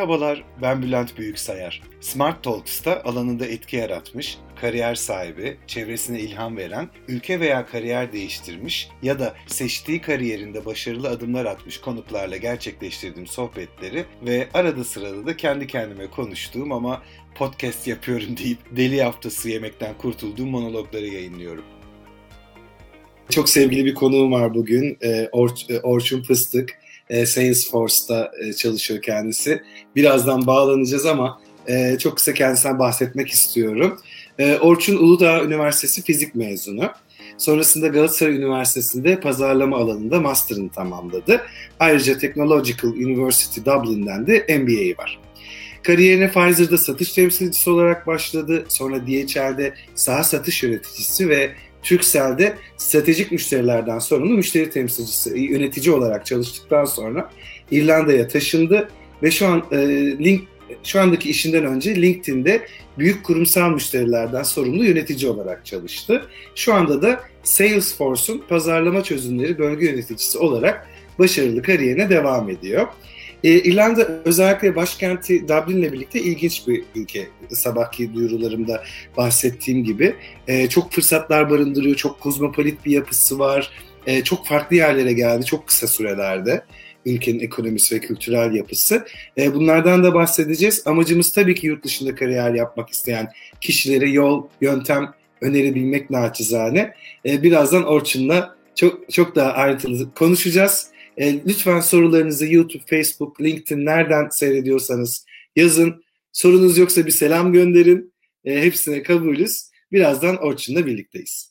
Merhabalar, ben Bülent Büyüksayar. Smart Talks'ta alanında etki yaratmış, kariyer sahibi, çevresine ilham veren, ülke veya kariyer değiştirmiş ya da seçtiği kariyerinde başarılı adımlar atmış konuklarla gerçekleştirdiğim sohbetleri ve arada sırada da kendi kendime konuştuğum ama podcast yapıyorum deyip deli haftası yemekten kurtulduğum monologları yayınlıyorum. Çok sevgili bir konuğum var bugün, Orçun Fıstık. Salesforce'da çalışıyor kendisi. Birazdan bağlanacağız ama çok kısa kendisinden bahsetmek istiyorum. Orçun Uludağ Üniversitesi fizik mezunu. Sonrasında Galatasaray Üniversitesi'nde pazarlama alanında master'ını tamamladı. Ayrıca Technological University Dublin'den de MBA'yi var. Kariyerine Pfizer'da satış temsilcisi olarak başladı. Sonra DHL'de saha satış yöneticisi ve Turkcell'de stratejik müşterilerden sorumlu müşteri temsilcisi, yönetici olarak çalıştıktan sonra İrlanda'ya taşındı ve şu andaki işinden önce LinkedIn'de büyük kurumsal müşterilerden sorumlu yönetici olarak çalıştı. Şu anda da Salesforce'un pazarlama çözümleri bölge yöneticisi olarak başarılı kariyerine devam ediyor. İrlanda özellikle başkenti Dublin'le birlikte ilginç bir ülke. Sabahki duyurularımda bahsettiğim gibi. Çok fırsatlar barındırıyor, çok kozmopolit bir yapısı var. Çok farklı yerlere geldi çok kısa sürelerde. Ülkenin ekonomisi ve kültürel yapısı. Bunlardan da bahsedeceğiz. Amacımız tabii ki yurt dışında kariyer yapmak isteyen kişilere yol, yöntem önerebilmek naçizane. Birazdan Orçun'la çok daha ayrıntılı konuşacağız. Lütfen sorularınızı YouTube, Facebook, LinkedIn nereden seyrediyorsanız yazın. Sorunuz yoksa bir selam gönderin. Hepsine kabulüz. Birazdan Orçun'la birlikteyiz.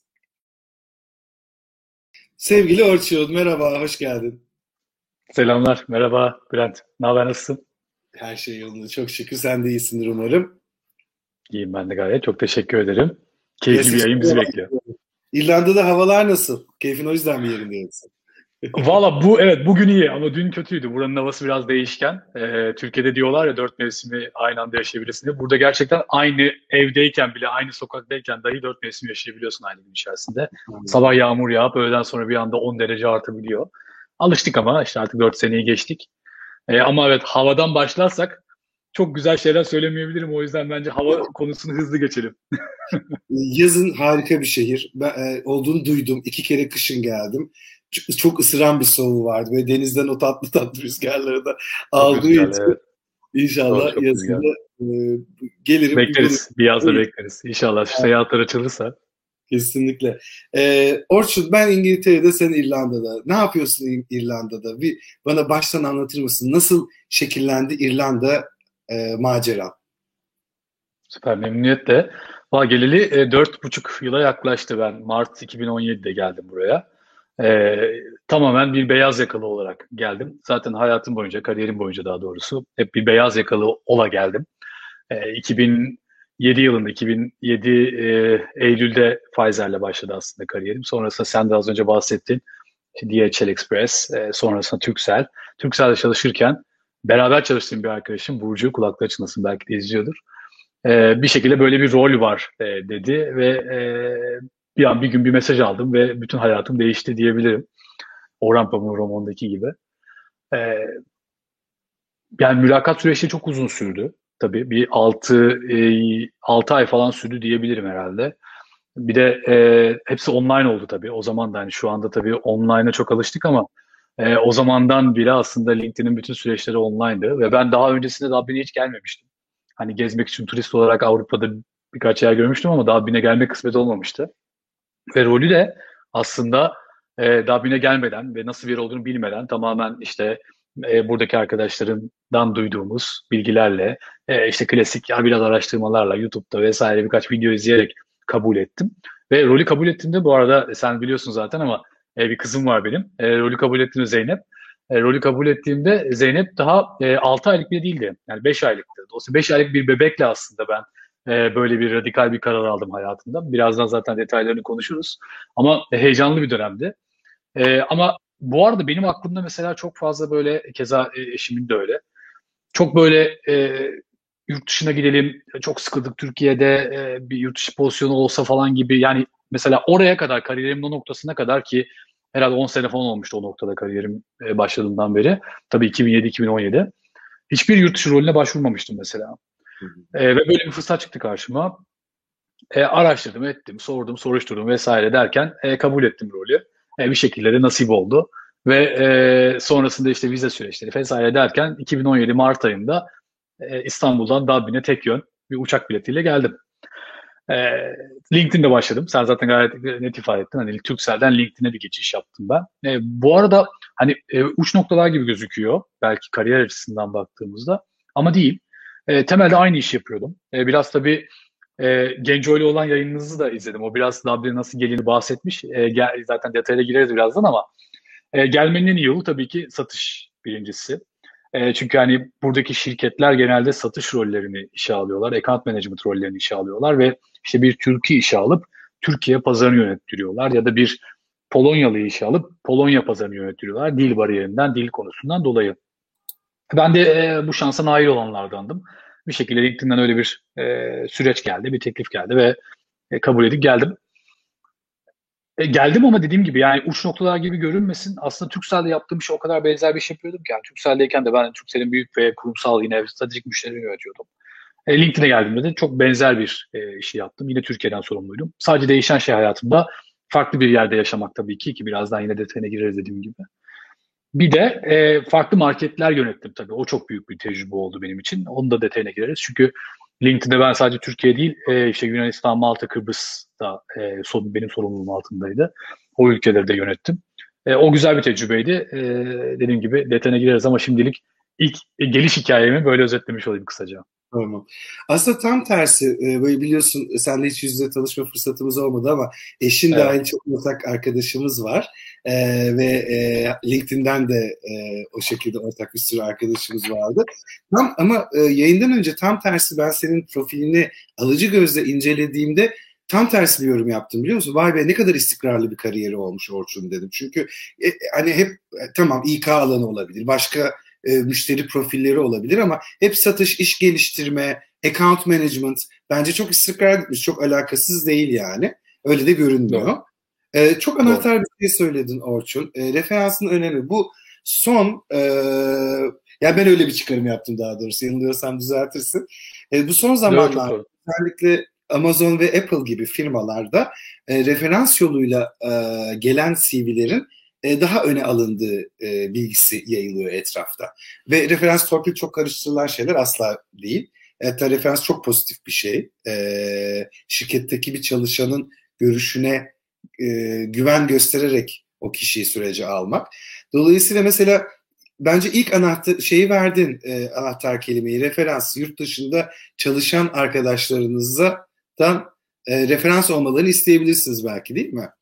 Sevgili Orçun, merhaba, hoş geldin. Selamlar, merhaba Bülent. Ne haber, nasılsın? Her şey yolunda, çok şükür. Sen de iyisindir umarım. İyiyim ben de gayet. Çok teşekkür ederim. Keyifli bir yayın bizi bekliyor. İrlanda'da havalar nasıl? Keyfin o yüzden mi yerinde yoksa? Valla bugün iyi ama dün kötüydü. Buranın havası biraz değişken. Türkiye'de diyorlar ya 4 mevsimi aynı anda yaşayabilirsin diye. Burada gerçekten aynı evdeyken bile, aynı sokaktayken dahi 4 mevsim yaşayabiliyorsun aynı gün içerisinde. Sabah yağmur yağıp öğleden sonra bir anda 10 derece artabiliyor. Alıştık ama işte artık 4 seneyi geçtik. Ama evet, havadan başlarsak çok güzel şeyler söylemeyebilirim. O yüzden bence hava konusunu hızlı geçelim. Yazın harika bir şehir. Ben, olduğunu duydum. 2 kere kışın geldim. Çok ısıran bir soğuğu vardı. Ve denizden o tatlı tatlı rüzgarları da aldığı için Evet. inşallah yazında gelirim. Bekleriz. Bir yazda bekleriz. İnşallah şu seyahatler açılırsa. Kesinlikle. Orçun, ben İngiltere'de, sen İrlanda'da. Ne yapıyorsun İrlanda'da? Bana baştan anlatır mısın? Nasıl şekillendi İrlanda macera? Süper, memnuniyetle. Geleli 4,5 yıla yaklaştı. Ben Mart 2017'de geldim buraya. Tamamen bir beyaz yakalı olarak geldim. Zaten hayatım boyunca, kariyerim boyunca daha doğrusu hep bir beyaz yakalı ola geldim. 2007 Eylül'de Pfizer'le başladı aslında kariyerim. Sonrasında sen de az önce bahsettin. DHL Express, sonrasında Turkcell. Turkcell'de çalışırken beraber çalıştığım bir arkadaşım Burcu, kulakları çınlasın, belki de izliyordur. Bir şekilde böyle bir rol var dedi ve bir gün bir mesaj aldım ve bütün hayatım değişti diyebilirim. Orhan Pamuk'un romanındaki gibi. Yani mülakat süreci çok uzun sürdü. Tabii bir 6 ay falan sürdü diyebilirim herhalde. Bir de hepsi online oldu tabii. O zaman da hani şu anda tabii online'a çok alıştık ama o zamandan beri aslında LinkedIn'in bütün süreçleri online'dı ve ben daha öncesinde Dublin'e hiç gelmemiştim. Hani gezmek için turist olarak Avrupa'da birkaç yer görmüştüm ama Dublin'e gelmek kısmet olmamıştı. Ve rolü de aslında Dublin'e gelmeden ve nasıl bir yer olduğunu bilmeden tamamen işte buradaki arkadaşlarımdan duyduğumuz bilgilerle işte klasik ya biraz araştırmalarla YouTube'da vesaire birkaç video izleyerek kabul ettim. Ve rolü kabul ettiğimde, bu arada sen biliyorsun zaten ama bir kızım var benim. Rolü kabul ettiğimde Zeynep. Rolü kabul ettiğimde Zeynep daha 6 aylık bile değildi. Yani 5 aylıktı. Dolayısıyla 5 aylık bir bebekle aslında ben böyle bir radikal bir karar aldım hayatımda. Birazdan zaten detaylarını konuşuruz. Ama heyecanlı bir dönemdi. Ama bu arada benim aklımda mesela çok fazla böyle, keza eşimin de öyle. Çok böyle yurt dışına gidelim, çok sıkıldık Türkiye'de, bir yurt dışı pozisyonu olsa falan gibi. Yani mesela oraya kadar, kariyerimin o noktasına kadar, ki herhalde 10 sene falan olmuştu o noktada kariyerim başladığından beri. Tabii 2007-2017. Hiçbir yurt dışı rolüne başvurmamıştım mesela. Hı hı. Ve böyle bir fırsat çıktı karşıma. Araştırdım, ettim, sordum, soruşturdum vesaire derken kabul ettim rolü. Bir şekilde de nasip oldu. Ve sonrasında işte vize süreçleri vesaire derken 2017 Mart ayında İstanbul'dan Dublin'e tek yön bir uçak biletiyle geldim. E, LinkedIn'de başladım. Sen zaten gayet net ifade ettin. Hani Turkcell'den LinkedIn'e bir geçiş yaptım ben. Bu arada hani uç noktalar gibi gözüküyor. Belki kariyer açısından baktığımızda. Ama değil. Temelde aynı işi yapıyordum. Biraz tabii Genco'yla olan yayınınızı da izledim. O biraz Dublin'e nasıl geldiğini bahsetmiş. Zaten detayına gireriz birazdan ama gelmenin en iyi yolu tabii ki satış birincisi. Çünkü hani buradaki şirketler genelde satış rollerini işe alıyorlar, account management rollerini işe alıyorlar ve işte bir Türkiye işe alıp Türkiye pazarını yönettiriyorlar ya da bir Polonyalı'yı işe alıp Polonya pazarını yönettiriyorlar dil bariyerinden, dil konusundan dolayı. Ben de bu şansa nail olanlardandım. Bir şekilde LinkedIn'den öyle bir süreç geldi, bir teklif geldi ve kabul edip geldim. Geldim ama dediğim gibi yani uç noktalar gibi görünmesin. Aslında Turkcell'de yaptığım şey o kadar benzer bir şey yapıyordum ki. Yani Turkcell'deyken de ben Turkcell'in büyük ve kurumsal yine stratejik müşterilerini yönetiyordum. LinkedIn'e geldiğimde de çok benzer bir işi yaptım. Yine Türkiye'den sorumluydum. Sadece değişen şey hayatımda farklı bir yerde yaşamak tabii ki birazdan yine detayına gireriz dediğim gibi. Bir de farklı marketler yönettim tabii. O çok büyük bir tecrübe oldu benim için. Onun da detayına gireriz. Çünkü LinkedIn'de ben sadece Türkiye değil, işte Yunanistan, Malta, Kıbrıs da benim sorumluluğum altındaydı. O ülkeleri de yönettim. O güzel bir tecrübeydi. Dediğim gibi detayına gireriz ama şimdilik ilk geliş hikayemi böyle özetlemiş olayım kısaca. Tamam. Aslında tam tersi, böyle biliyorsun senle hiç yüz yüze tanışma fırsatımız olmadı ama eşin Evet. dahil çok ortak arkadaşımız var. Ve LinkedIn'den de o şekilde ortak bir sürü arkadaşımız vardı. Ama yayından önce tam tersi ben senin profilini alıcı gözle incelediğimde tam tersi bir yorum yaptım biliyor musun? Vay be ne kadar istikrarlı bir kariyeri olmuş Orçun dedim. Çünkü hani hep tamam İK alanı olabilir, başka müşteri profilleri olabilir ama hep satış, iş geliştirme, account management bence çok istikrar etmiş, çok alakasız değil yani. Öyle de görünmüyor. Doğru. Çok Doğru. anahtar bir şey söyledin Orçun. Referansın önemi. Bu son, yani ben öyle bir çıkarım yaptım daha doğrusu. Yanılıyorsam düzeltirsin. Bu son Doğru, çok zamanlarda doğru. özellikle Amazon ve Apple gibi firmalarda referans yoluyla gelen CV'lerin daha öne alındığı bilgisi yayılıyor etrafta. Ve referans torpil çok karıştırılan şeyler asla değil. Hatta referans çok pozitif bir şey. Şirketteki bir çalışanın görüşüne güven göstererek o kişiyi sürece almak. Dolayısıyla mesela bence ilk anahtar şeyi verdin, anahtar kelimeyi referans yurt dışında çalışan arkadaşlarınızdan referans olmalarını isteyebilirsiniz belki değil mi?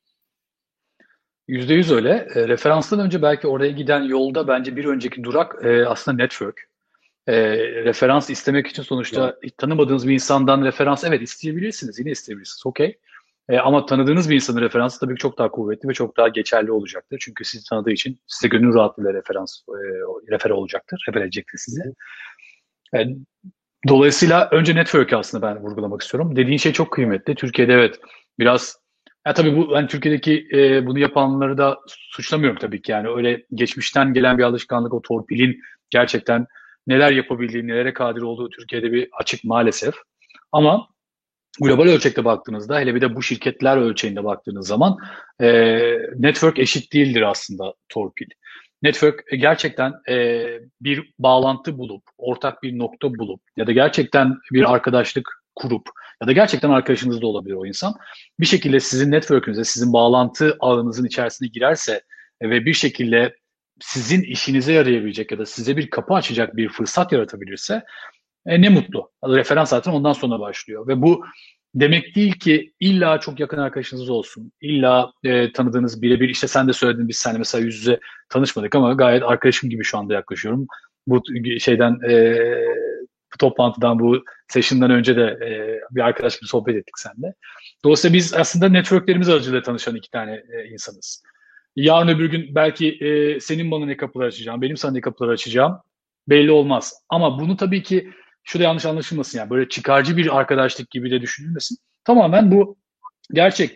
%100 öyle. Referanstan önce belki oraya giden yolda bence bir önceki durak aslında network. Referans istemek için sonuçta tanımadığınız bir insandan referans evet isteyebilirsiniz. Yine isteyebilirsiniz. Okey. Ama tanıdığınız bir insanın referansı tabii ki çok daha kuvvetli ve çok daha geçerli olacaktır. Çünkü sizi tanıdığı için size gönül rahatlığıyla refer olacaktır. Refer edecektir sizi. E, Dolayısıyla önce network'ü aslında ben vurgulamak istiyorum. Dediğin şey çok kıymetli. Türkiye'de evet biraz ya tabii bu ben Türkiye'deki bunu yapanları da suçlamıyorum tabii ki. Yani öyle geçmişten gelen bir alışkanlık o torpilin gerçekten neler yapabildiği, nelere kadir olduğu Türkiye'de bir açık maalesef. Ama global ölçekte baktığınızda hele bir de bu şirketler ölçeğinde baktığınız zaman e, network eşit değildir aslında torpil. Network gerçekten bir bağlantı bulup, ortak bir nokta bulup ya da gerçekten bir arkadaşlık kurup ya da gerçekten arkadaşınız da olabilir o insan. Bir şekilde sizin network'ünüze, sizin bağlantı ağınızın içerisine girerse ve bir şekilde sizin işinize yarayabilecek ya da size bir kapı açacak bir fırsat yaratabilirse ne mutlu. Referans zaten ondan sonra başlıyor. Ve bu demek değil ki illa çok yakın arkadaşınız olsun. İlla tanıdığınız birebir işte sen de söyledin biz seninle mesela yüz yüze tanışmadık ama gayet arkadaşım gibi şu anda yaklaşıyorum. Bu şeyden bu toplantıdan bu session'dan önce de bir arkadaş gibi sohbet ettik seninle. Dolayısıyla biz aslında networklerimiz aracılığıyla tanışan iki tane insanız. Yarın öbür gün belki senin bana ne kapılar açacağım, benim sana ne kapılar açacağım belli olmaz. Ama bunu tabii ki şurada yanlış anlaşılmasın yani böyle çıkarcı bir arkadaşlık gibi de düşünülmesin. Tamamen bu gerçekten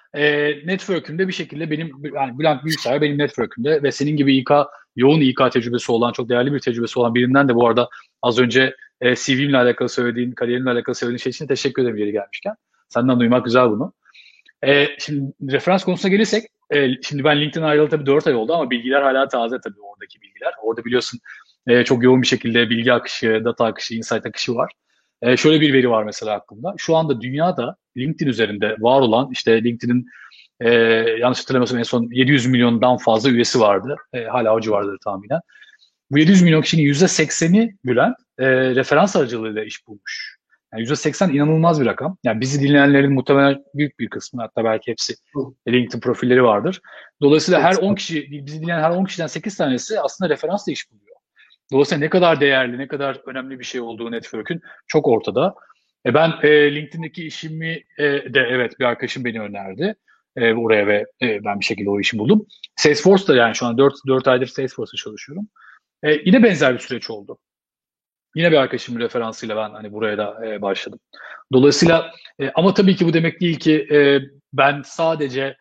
network'ümde bir şekilde benim, yani Bülent Büyüksayer benim network'ümde ve senin gibi yoğun İK tecrübesi olan, çok değerli bir tecrübesi olan birinden de bu arada az önce CV'mle alakalı söylediğin, kariyerimle alakalı söylediğin şey için teşekkür ederim yeri gelmişken. Senden duymak güzel bunu. Şimdi referans konusuna gelirsek, şimdi ben LinkedIn ayrılalı tabii 4 ay oldu ama bilgiler hala taze tabii, oradaki bilgiler. Orada biliyorsun çok yoğun bir şekilde bilgi akışı, data akışı, insight akışı var. Şöyle bir veri var mesela aklımda. Şu anda dünyada LinkedIn üzerinde var olan, işte LinkedIn'in yanlış hatırlamıyorsam en son 700 milyondan fazla üyesi vardı. Hala o civarları tahminen. Bu 700 milyon kişinin %80'i Bülent referans aracılığıyla iş bulmuş. Yani %80 inanılmaz bir rakam. Yani bizi dinleyenlerin muhtemelen büyük bir kısmı, hatta belki hepsi LinkedIn profilleri vardır. Dolayısıyla bizi dinleyen her 10 kişiden 8 tanesi aslında referansla iş buluyor. Dolayısıyla ne kadar değerli, ne kadar önemli bir şey olduğu network'ün çok ortada. Ben LinkedIn'deki işimi de evet bir arkadaşım beni önerdi oraya ve ben bir şekilde o işi buldum. Salesforce'da, yani şu an 4 aydır Salesforce'da çalışıyorum. Yine benzer bir süreç oldu. Yine bir arkadaşımın referansıyla ben hani buraya da başladım. Dolayısıyla ama tabii ki bu demek değil ki ben sadece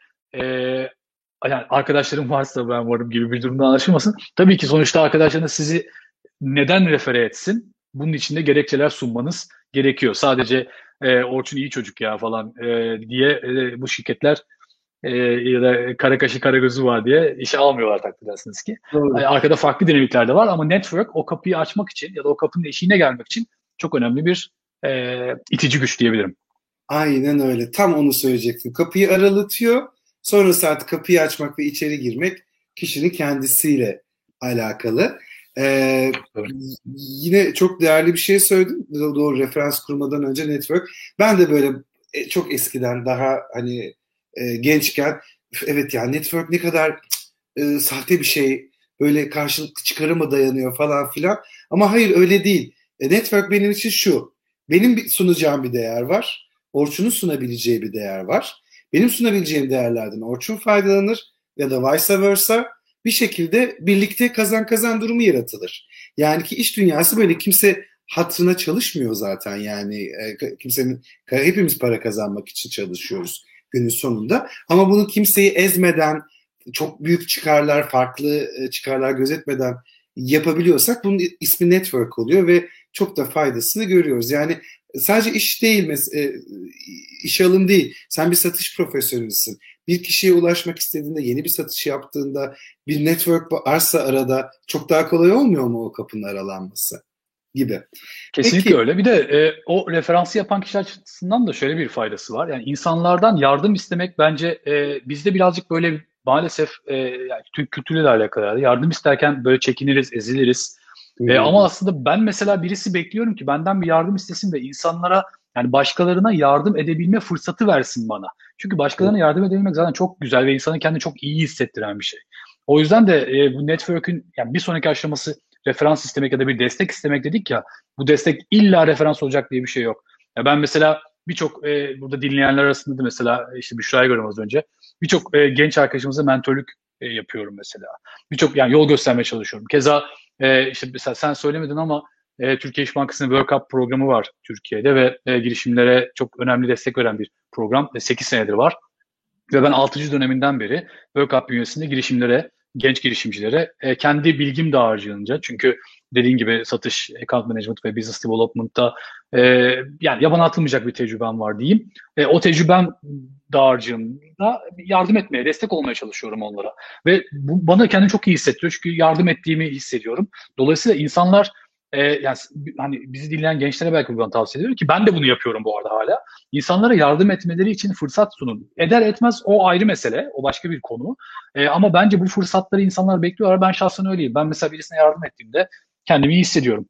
yani arkadaşlarım varsa ben varım gibi bir durumda anlaşılmasın. Tabii ki sonuçta arkadaşlarınız sizi neden refere etsin? Bunun için de gerekçeler sunmanız gerekiyor. Sadece Orçun iyi çocuk ya falan diye bu şirketler ya da kara kaşı kara gözü var diye işe almıyorlar takdir edersiniz ki. Doğru. Arkada farklı dinamikler de var ama network o kapıyı açmak için ya da o kapının eşiğine gelmek için çok önemli bir itici güç diyebilirim. Aynen öyle. Tam onu söyleyecektim. Kapıyı aralatıyor. Sonrası artık kapıyı açmak ve içeri girmek kişinin kendisiyle alakalı. Evet. Yine çok değerli bir şey söyledin. Doğru, referans kurmadan önce network. Ben de böyle çok eskiden daha hani gençken evet ya network ne kadar sahte bir şey. Böyle karşılıklı çıkara mı dayanıyor falan filan. Ama hayır öyle değil. Network benim için şu. Benim sunacağım bir değer var. Orçun'un sunabileceği bir değer var. Benim sunabileceğim değerlerden Orçun faydalanır ya da vice versa, bir şekilde birlikte kazan kazan durumu yaratılır. Yani ki iş dünyası böyle, kimse hatırına çalışmıyor zaten, yani hepimiz para kazanmak için çalışıyoruz günün sonunda. Ama bunu kimseyi ezmeden, çok büyük çıkarlar, farklı çıkarlar gözetmeden yapabiliyorsak bunun ismi network oluyor ve çok da faydasını görüyoruz. Yani sadece iş değil, iş alım değil. Sen bir satış profesyonelisin. Bir kişiye ulaşmak istediğinde, yeni bir satış yaptığında bir network varsa arada çok daha kolay olmuyor mu o kapının aralanması gibi. Kesinlikle öyle. Bir de o referansı yapan kişi açısından da şöyle bir faydası var. Yani insanlardan yardım istemek bence bizde birazcık böyle maalesef yani Türk kültürüyle alakalı. Yardım isterken böyle çekiniriz, eziliriz. Ama aslında ben mesela birisi bekliyorum ki benden bir yardım istesin ve insanlara, yani başkalarına yardım edebilme fırsatı versin bana. Çünkü başkalarına yardım edebilmek zaten çok güzel ve insanı kendini çok iyi hissettiren bir şey. O yüzden de bu network'ün yani bir sonraki aşaması referans istemek ya da bir destek istemek dedik ya, bu destek illa referans olacak diye bir şey yok. Ya ben mesela birçok burada dinleyenler arasında da mesela işte Büşra'ya gördüm az önce. Birçok genç arkadaşımıza mentorluk yapıyorum mesela. Birçok yani yol göstermeye çalışıyorum. Keza işte mesela sen söylemedin ama Türkiye İş Bankası'nın World Cup programı var Türkiye'de ve girişimlere çok önemli destek veren bir program. 8 senedir var. Ve ben 6. döneminden beri World Cup bünyesinde girişimlere, genç girişimcilere kendi bilgim dağarcığınca, çünkü dediğin gibi satış, account management ve business development'ta yani yabana atılmayacak bir tecrübem var diyeyim. O tecrübem dağarcığımda yardım etmeye, destek olmaya çalışıyorum onlara. Ve bu bana kendimi çok iyi hissettiriyor çünkü yardım ettiğimi hissediyorum. Dolayısıyla insanlar yani hani bizi dinleyen gençlere belki bunu tavsiye ediyorum ki ben de bunu yapıyorum bu arada hala. İnsanlara yardım etmeleri için fırsat sunun. Eder etmez o ayrı mesele, o başka bir konu. Ama bence bu fırsatları insanlar bekliyorlar. Ben şahsen öyleyim. Ben mesela birisine yardım ettiğimde kendimi iyi hissediyorum.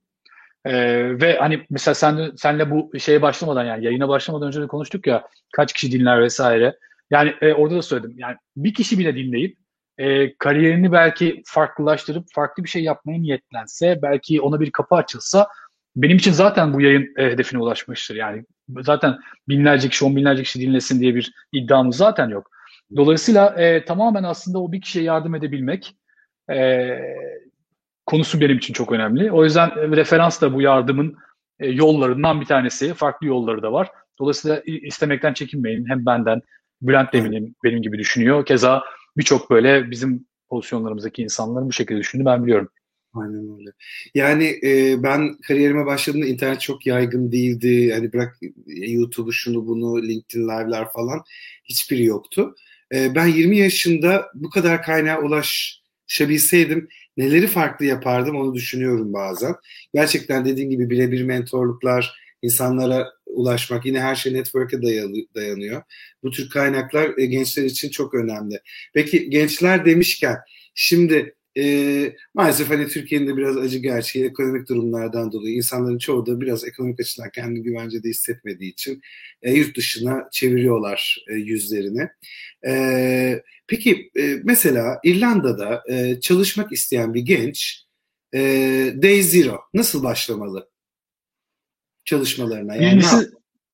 Ve hani mesela senle bu şeye başlamadan, yani yayına başlamadan önce de konuştuk ya, kaç kişi dinler vesaire. Yani orada da söyledim. Yani bir kişi bile dinleyip kariyerini belki farklılaştırıp farklı bir şey yapmaya niyetlense, belki ona bir kapı açılsa, benim için zaten bu yayın hedefine ulaşmıştır. Yani zaten binlerce kişi, 10 binlerce kişi dinlesin diye bir iddiamız zaten yok. Dolayısıyla tamamen aslında o bir kişiye yardım edebilmek konusu benim için çok önemli. O yüzden referans da bu yardımın yollarından bir tanesi. Farklı yolları da var. Dolayısıyla istemekten çekinmeyin. Hem benden Bülent de benim gibi düşünüyor. Keza birçok böyle bizim pozisyonlarımızdaki insanların bu şekilde düşündüğünü ben biliyorum. Aynen öyle. Yani ben kariyerime başladığımda internet çok yaygın değildi. Yani bırak YouTube'u, şunu bunu, LinkedIn Live'lar falan hiçbiri yoktu. Ben 20 yaşında bu kadar kaynağa ulaşabilseydim neleri farklı yapardım onu düşünüyorum bazen. Gerçekten dediğin gibi birebir mentorluklar, insanlara ulaşmak, yine her şey network'e dayanıyor. Bu tür kaynaklar gençler için çok önemli. Peki gençler demişken şimdi maalesef hani Türkiye'nin de biraz acı gerçeği ekonomik durumlardan dolayı insanların çoğu da biraz ekonomik açıdan kendini güvencede hissetmediği için yurt dışına çeviriyorlar yüzlerini. Peki mesela İrlanda'da çalışmak isteyen bir genç Day Zero nasıl başlamalı çalışmalarına? Yani Birincisi,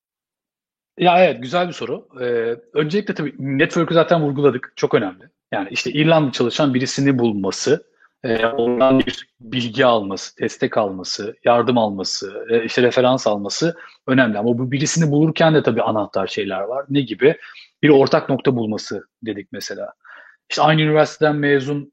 ya evet, güzel bir soru. Öncelikle tabii network'ü zaten vurguladık. Çok önemli. Yani işte İrlanda çalışan birisini bulması, ondan bir bilgi alması, destek alması, yardım alması, işte referans alması önemli. Ama bu birisini bulurken de tabii anahtar şeyler var. Ne gibi? Bir ortak nokta bulması dedik mesela. İşte aynı üniversiteden mezun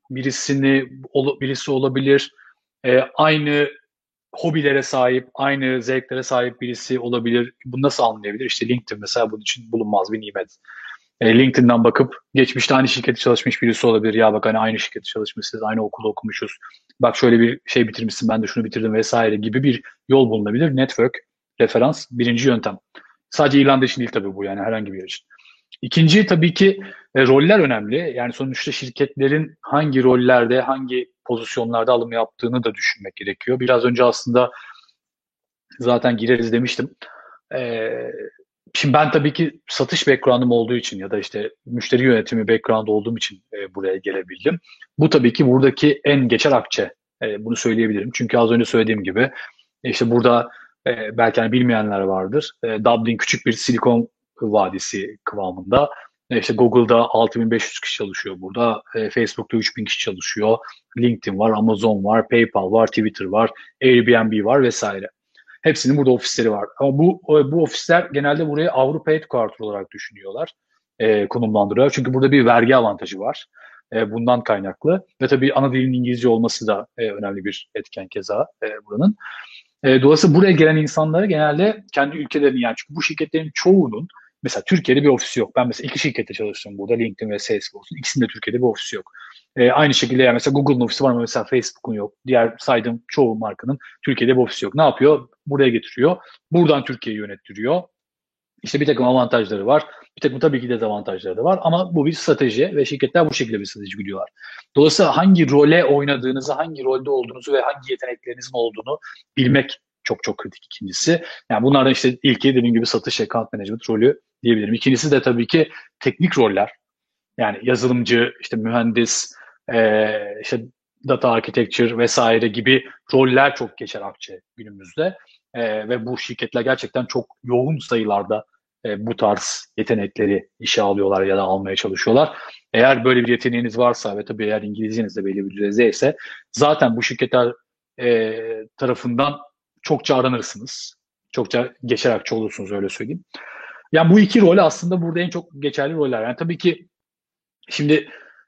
birisi olabilir. Aynı hobilere sahip, aynı zevklere sahip birisi olabilir. Bunu nasıl anlayabilir? İşte LinkedIn mesela bunun için bulunmaz bir nimet. LinkedIn'den bakıp geçmişte aynı şirkette çalışmış birisi olabilir. Ya bak hani aynı şirkette çalışmışız, aynı okulda okumuşuz. Bak şöyle bir şey bitirmişsin, ben de şunu bitirdim vesaire gibi bir yol bulunabilir. Network, referans birinci yöntem. Sadece İrlanda için değil tabii bu, yani herhangi bir yer için. İkinci tabii ki roller önemli. Yani sonuçta şirketlerin hangi rollerde, hangi pozisyonlarda alım yaptığını da düşünmek gerekiyor. Biraz önce aslında zaten gireriz demiştim. E, Şimdi ben tabii ki satış background'um olduğu için ya da işte müşteri yönetimi background olduğum için buraya gelebildim. Bu tabii ki buradaki en geçer akçe. Bunu söyleyebilirim. Çünkü az önce söylediğim gibi işte burada belki hani bilmeyenler vardır. Dublin küçük bir Silikon Vadisi kıvamında. İşte Google'da 6.500 kişi çalışıyor burada. Facebook'ta 3.000 kişi çalışıyor. LinkedIn var, Amazon var, PayPal var, Twitter var, Airbnb var vesaire. Hepsinin burada ofisleri var. Ama bu ofisler genelde burayı Avrupa Headquarter olarak düşünüyorlar. Konumlandırıyorlar. Çünkü burada bir vergi avantajı var. Bundan kaynaklı. Ve tabii ana dilin İngilizce olması da önemli bir etken keza buranın. Dolayısıyla buraya gelen insanları genelde kendi ülkelerini, yani çünkü bu şirketlerin çoğunun mesela Türkiye'de bir ofisi yok. Ben mesela iki şirkette çalıştım burada, LinkedIn ve Salesforce'un. İkisinde Türkiye'de bir ofisi yok. Aynı şekilde yani mesela Google'un ofisi var ama mesela Facebook'un yok. Diğer saydığım çoğu markanın Türkiye'de bir ofisi yok. Ne yapıyor? Buraya getiriyor. Buradan Türkiye'yi yönettiriyor. İşte bir takım avantajları var. Bir takım tabii ki dezavantajları da var. Ama bu bir strateji ve şirketler bu şekilde bir strateji gidiyorlar. Dolayısıyla hangi role oynadığınızı, hangi rolde olduğunuzu ve hangi yeteneklerinizin olduğunu bilmek çok çok kritik ikincisi. Yani bunlardan işte ilki dediğim gibi satış, account management rolü diyebilirim. İkincisi de tabii ki teknik roller. Yani yazılımcı, işte mühendis, işte data architecture vesaire gibi roller çok geçer akçe günümüzde. Ve bu şirketler gerçekten çok yoğun sayılarda bu tarz yetenekleri işe alıyorlar ya da almaya çalışıyorlar. Eğer böyle bir yeteneğiniz varsa ve tabii eğer İngilizceniz de belli bir düzeyde ise zaten bu şirketler tarafından çokça aranırsınız. Çokça geçer akçe olursunuz, öyle söyleyeyim. Yani bu iki rol aslında burada en çok geçerli roller. Yani tabii ki şimdi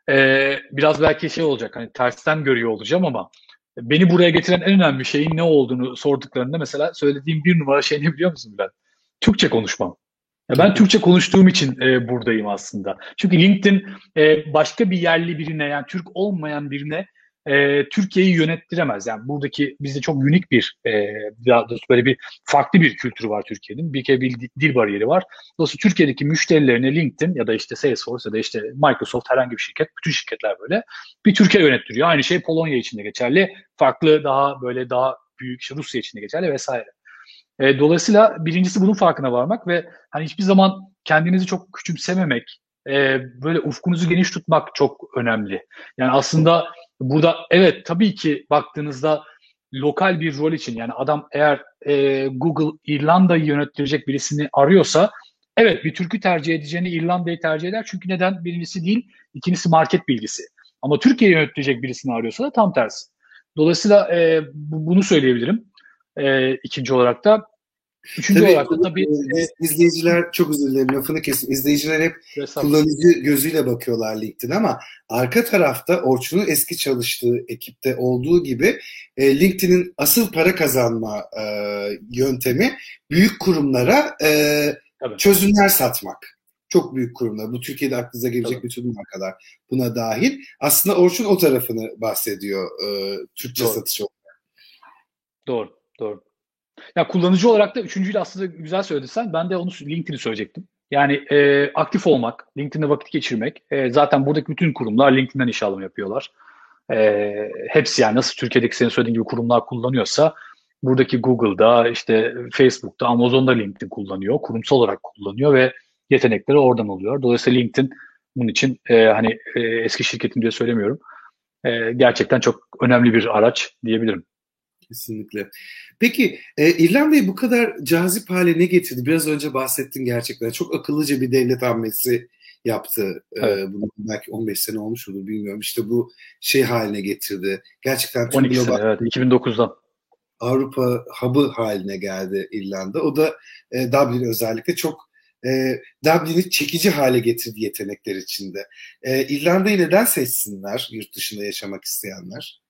biraz belki şey olacak, hani tersten görüyor olacağım ama beni buraya getiren en önemli şeyin ne olduğunu sorduklarında mesela söylediğim bir numara şey ne biliyor musun Bülent? Türkçe konuşmam. Ya ben Türkçe konuştuğum için buradayım aslında. Çünkü LinkedIn başka bir yerli birine, yani Türk olmayan birine Türkiye'yi yönettiremez. Yani buradaki bizde çok unik bir daha doğrusu böyle bir farklı bir kültürü var Türkiye'nin. Bir kere bir dil bariyeri var. Dolayısıyla Türkiye'deki müşterilerine LinkedIn ya da işte Salesforce ya da işte Microsoft, herhangi bir şirket, bütün şirketler böyle bir Türkiye yönettiriyor. Aynı şey Polonya için de geçerli. Farklı daha böyle daha büyük işte Rusya için de geçerli vesaire. Dolayısıyla birincisi bunun farkına varmak ve hani hiçbir zaman kendinizi çok küçümsememek, böyle ufkunuzu geniş tutmak çok önemli. Yani aslında burada evet, tabii ki baktığınızda lokal bir rol için, yani adam eğer Google İrlanda'yı yönettirecek birisini arıyorsa evet, bir Türk'ü tercih edeceğini İrlanda'yı tercih eder. Çünkü neden? Birincisi dil, ikincisi market bilgisi. Ama Türkiye'yi yönetecek birisini arıyorsa da tam tersi. Dolayısıyla bunu söyleyebilirim. İkinci olarak da Üçüncü olarak da tabii izleyiciler, çok özür dilerim lafını kesin. İzleyiciler hep kullanıcı gözüyle bakıyorlar LinkedIn ama arka tarafta Orçun'un eski çalıştığı ekipte olduğu gibi LinkedIn'in asıl para kazanma yöntemi büyük kurumlara çözümler satmak. Çok büyük kurumlar. Bu Türkiye'de aklınıza gelecek bütün markalar buna dahil. Aslında Orçun o tarafını bahsediyor Türkçe satış olarak. Doğru. Ya kullanıcı olarak da üçüncüyle aslında güzel söyledin sen. Ben de onu LinkedIn'i söyleyecektim. Yani aktif olmak, LinkedIn'de vakit geçirmek. Zaten buradaki bütün kurumlar LinkedIn'den iş alımı yapıyorlar. Hepsi yani nasıl Türkiye'deki senin söylediğin gibi kurumlar kullanıyorsa buradaki Google'da, işte Facebook'ta, Amazon'da LinkedIn kullanıyor. Kurumsal olarak kullanıyor ve yetenekleri oradan oluyor. Dolayısıyla LinkedIn bunun için hani eski şirketim diye söylemiyorum. Gerçekten çok önemli bir araç diyebilirim. Kesinlikle. Peki İrlanda'yı bu kadar cazip hale ne getirdi? Biraz önce bahsettin gerçekten. Çok akıllıca bir devlet hamlesi yaptı. Evet. Bunun belki 15 sene olmuş olur bilmiyorum. İşte bu şey haline getirdi. Gerçekten tüm 12 sene evet 2009'dan. Avrupa hub'ı haline geldi İrlanda. O da Dublin özellikle çok Dublin'i çekici hale getirdi yetenekler içinde. İrlanda'yı neden seçsinler yurt dışında yaşamak isteyenler?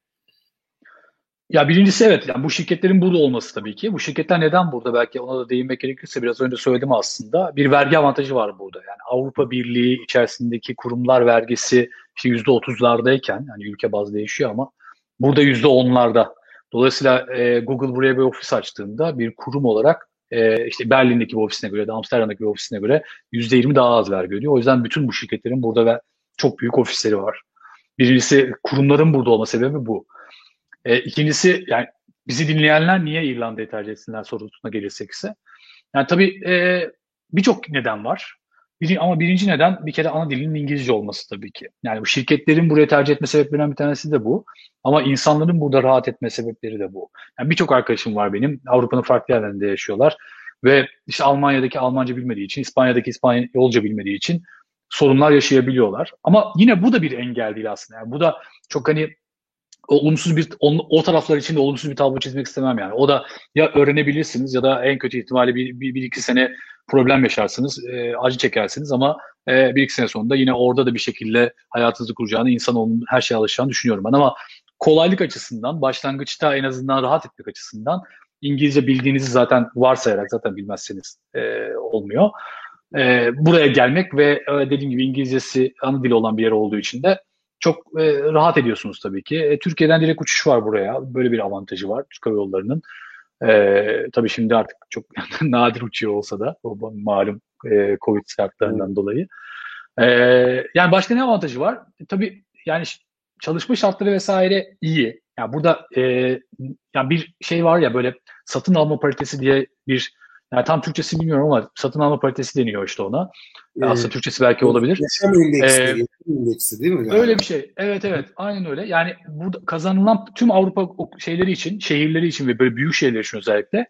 Ya birincisi evet, yani bu şirketlerin burada olması tabii ki. Bu şirketler neden burada? Belki ona da değinmek gerekirse biraz önce söyledim aslında. Bir vergi avantajı var burada. Yani Avrupa Birliği içerisindeki kurumlar vergisi işte %30'lardayken, yani ülke bazlı değişiyor ama burada %10'larda. Dolayısıyla Google buraya bir ofis açtığında bir kurum olarak işte Berlin'deki bir ofisine göre de Amsterdam'daki bir ofisine göre %20 daha az vergi ödüyor. O yüzden bütün bu şirketlerin burada çok büyük ofisleri var. Birincisi kurumların burada olma sebebi bu. İkincisi yani bizi dinleyenler niye İrlanda'yı tercih etsinler sorusuna gelirsek ise. Yani tabii birçok neden var. Ama birinci neden bir kere ana dilinin İngilizce olması tabii ki. Yani bu şirketlerin buraya tercih etme sebeplerinden bir tanesi de bu. Ama insanların burada rahat etme sebepleri de bu. Yani birçok arkadaşım var benim. Avrupa'nın farklı yerlerinde yaşıyorlar. Ve işte Almanya'daki Almanca bilmediği için, İspanya'daki İspanyolca bilmediği için sorunlar yaşayabiliyorlar. Ama yine bu da bir engel değil aslında. Yani bu da çok hani olumsuz bir o taraflar için de olumsuz bir tablo çizmek istemem yani. O da ya öğrenebilirsiniz ya da en kötü ihtimalle bir iki sene problem yaşarsınız, acı çekersiniz ama bir iki sene sonunda yine orada da bir şekilde hayatınızı kuracağını, insanoğlunun her şeye alışacağını düşünüyorum ben. Ama kolaylık açısından, başlangıçta en azından rahat etmek açısından İngilizce bildiğinizi zaten varsayarak, zaten bilmezseniz olmuyor. Buraya gelmek ve dediğim gibi İngilizcesi ana dili olan bir yer olduğu için de çok rahat ediyorsunuz tabii ki. Türkiye'den direkt uçuş var buraya. Böyle bir avantajı var Türk Hava Yolları'nın. Tabii şimdi artık çok nadir uçuyor olsa da o malum Covid şartlarından dolayı. Yani başka ne avantajı var? Tabii yani çalışma şartları vesaire iyi. Yani burada yani bir şey var ya, böyle satın alma paritesi diye bir, yani tam Türkçesi bilmiyorum ama satın alma paritesi deniyor işte ona. Aslında Türkçesi belki olabilir. Yaşam endeksi değil mi? Öyle bir şey. Evet, aynen öyle. Yani burada kazanılan tüm Avrupa şeyleri için, şehirleri için ve böyle büyük şehirler için özellikle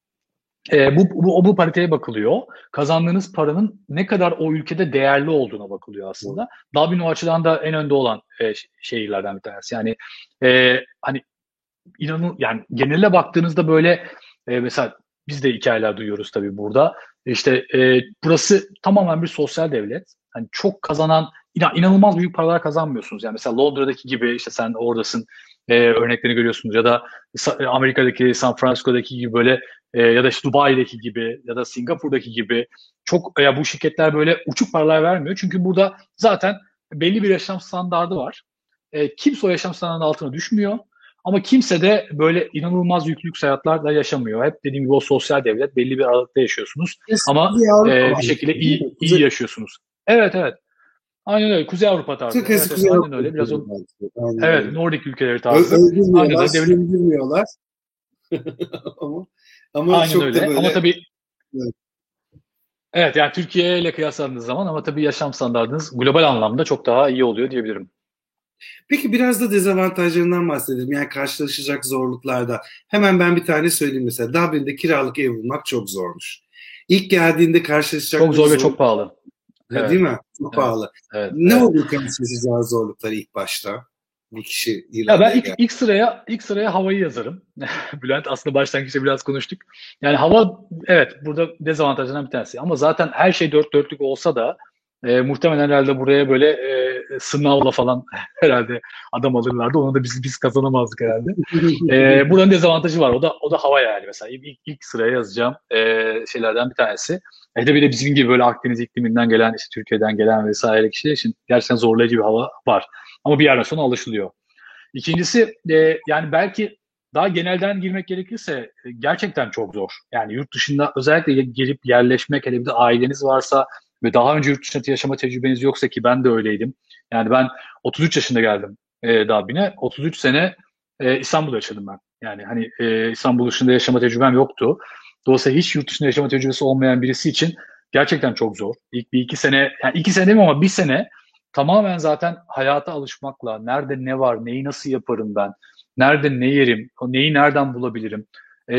bu pariteye bakılıyor. Kazandığınız paranın ne kadar o ülkede değerli olduğuna bakılıyor aslında. Dublin o açıdan da en önde olan şehirlerden bir tanesi. Yani hani yani genele baktığınızda böyle mesela biz de hikayeler duyuyoruz tabii burada. İşte burası tamamen bir sosyal devlet. Hani çok kazanan, inanılmaz büyük paralar kazanmıyorsunuz. Yani mesela Londra'daki gibi, işte sen oradasın, örneklerini görüyorsunuz, ya da Amerika'daki, San Francisco'daki gibi böyle ya da işte Dubai'deki gibi ya da Singapur'daki gibi çok bu şirketler böyle uçuk paralar vermiyor. Çünkü burada zaten belli bir yaşam standardı var. Kimse o yaşam standartının altına düşmüyor. Ama kimse de böyle inanılmaz yüklük hayatlarla yaşamıyor. Hep dediğim gibi o sosyal devlet, belli bir aralıkta yaşıyorsunuz. Ama bir şekilde iyi yaşıyorsunuz. Evet. Aynen öyle. Kuzey Avrupa tarzı. Aynen öyle. Biraz o. Evet, Nordik ülkeleri tarzı. Öldürmüyorlar. ama aynen çok öyle. da böyle. Ama tabii evet, yani Türkiye ile kıyasladığınız zaman ama tabii yaşam standartınız global anlamda çok daha iyi oluyor diyebilirim. Peki biraz da dezavantajlarından bahsedelim. Yani karşılaşacak zorluklarda. Hemen ben bir tane söyleyeyim mesela. Dublin'de kiralık ev bulmak çok zormuş. İlk geldiğinde karşılaşacak çok zor ve çok pahalı. Değil mi? Çok pahalı. Evet, ne oluyor karşılaşacağı zorlukları ilk başta? bir kişi Ya ben İrlanda'ya ilk, geldi. ilk sıraya havayı yazarım. Bülent aslında başlangıçta biraz konuştuk. Yani hava evet burada dezavantajlarından bir tanesi. Ama zaten her şey dört dörtlük olsa da muhtemelen herhalde buraya böyle sınavla falan herhalde adam alırlardı. Onu da biz kazanamazdık herhalde. Buranın dezavantajı var. O da hava yani mesela. İlk sıraya yazacağım şeylerden bir tanesi. Bir de bizim gibi böyle Akdeniz ikliminden gelen, işte Türkiye'den gelen vesaire kişiler için gerçekten zorlayıcı bir hava var. Ama bir yerden sonra alışılıyor. İkincisi yani belki daha genelden girmek gerekirse gerçekten çok zor. Yani yurt dışında özellikle gelip yerleşmek, hele bir de aileniz varsa ve daha önce yurt dışında yaşama tecrübeniz yoksa, ki ben de öyleydim. Yani ben 33 yaşında geldim Dublin'e. 33 sene İstanbul'da yaşadım ben. Yani hani İstanbul dışında yaşama tecrübem yoktu. Dolayısıyla hiç yurt dışında yaşama tecrübesi olmayan birisi için gerçekten çok zor. İlk bir iki sene, yani iki sene demeyeyim ama bir sene tamamen zaten hayata alışmakla, nerede ne var, neyi nasıl yaparım ben, nerede ne yerim, neyi nereden bulabilirim,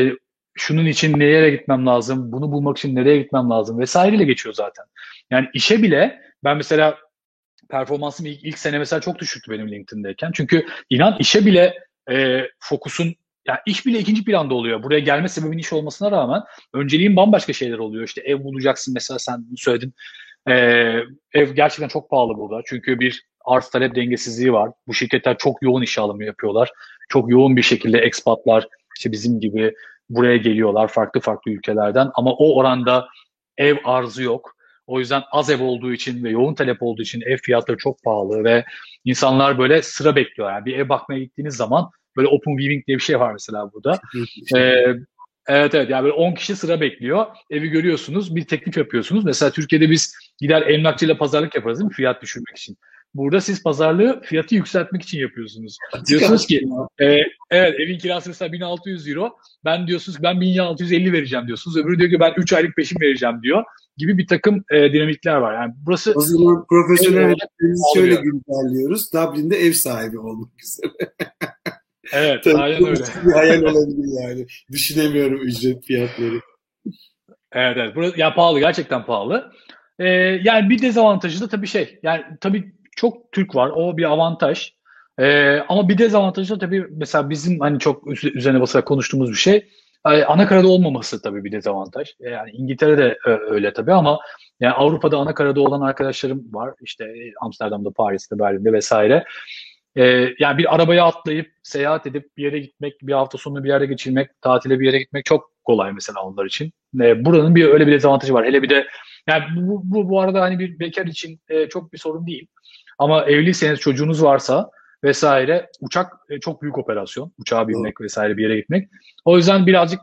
şunun için nereye gitmem lazım, bunu bulmak için nereye gitmem lazım vesaireyle geçiyor zaten. Yani işe bile ben mesela performansım ilk sene mesela çok düşüktü benim LinkedIn'deyken. Çünkü inan işe bile fokusun, yani iş bile ikinci planda oluyor. Buraya gelme sebebin iş olmasına rağmen önceliğin bambaşka şeyler oluyor. İşte ev bulacaksın mesela, sen bunu söyledin. Ee, Ev gerçekten çok pahalı burada. Çünkü bir arz talep dengesizliği var. Bu şirketler çok yoğun işe alımı yapıyorlar. Çok yoğun bir şekilde ekspatlar işte bizim gibi buraya geliyorlar farklı farklı ülkelerden. Ama o oranda ev arzı yok. O yüzden az ev olduğu için ve yoğun talep olduğu için ev fiyatları çok pahalı ve insanlar böyle sıra bekliyor. Yani bir ev bakmaya gittiğiniz zaman böyle open viewing diye bir şey var mesela burada. Ee, Evet, evet, yani böyle 10 kişi sıra bekliyor. Evi görüyorsunuz, bir teklif yapıyorsunuz. Mesela Türkiye'de biz gider emlakçıyla pazarlık yaparız değil mi? Fiyat düşürmek için. Burada siz pazarlığı fiyatı yükseltmek için yapıyorsunuz. Açık Diyorsunuz ki arttırma. evet, evin kirası mesela 1600 euro. Ben diyorsunuz ki ben 1650 vereceğim diyorsunuz. Öbürü diyor ki ben 3 aylık peşin vereceğim diyor. Gibi bir takım dinamikler var. Yani burası O zaman ev profesyonel olarak hedeflerimizi pahalı bir şöyle yer. güncelliyoruz. Dublin'de ev sahibi olmak üzere. Evet, Tabii aynen bu öyle. bir hayal olabilir yani. Düşünemiyorum ücret fiyatları. Evet, evet. Burası, ya pahalı, gerçekten pahalı. Yani bir dezavantajı da tabii yani tabii çok Türk var, o bir avantaj. Ama bir dezavantajı da tabii mesela bizim hani çok üzerine basarak konuştuğumuz bir şey, anakarada olmaması tabii bir dezavantaj. Yani İngiltere'de öyle tabii ama yani Avrupa'da anakarada olan arkadaşlarım var. İşte Amsterdam'da, Paris'te, Berlin'de vesaire. Yani bir arabaya atlayıp seyahat edip bir yere gitmek, bir hafta sonu bir yere geçirmek, tatile bir yere gitmek çok kolay mesela onlar için. Buranın bir öyle bir dezavantajı var. Hele bir de yani bu arada hani bir bekar için çok bir sorun değil. Ama evliyseniz, çocuğunuz varsa vesaire, uçak çok büyük operasyon. Uçağa Doğru. binmek vesaire, bir yere gitmek. O yüzden birazcık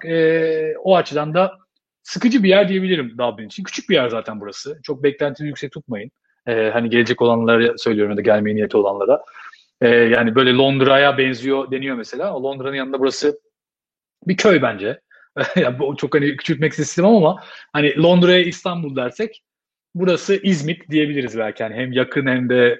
o açıdan da sıkıcı bir yer diyebilirim Dublin için. Küçük bir yer zaten burası. Çok beklentinizi yüksek tutmayın. Hani gelecek olanlara söylüyorum ya da gelmeye niyeti olanlara. Yani böyle Londra'ya benziyor deniyor mesela. O Londra'nın yanında burası bir köy bence. Yani bu çok hani küçültmek istemem ama hani Londra'ya İstanbul dersek burası İzmit diyebiliriz belki. Yani hem yakın hem de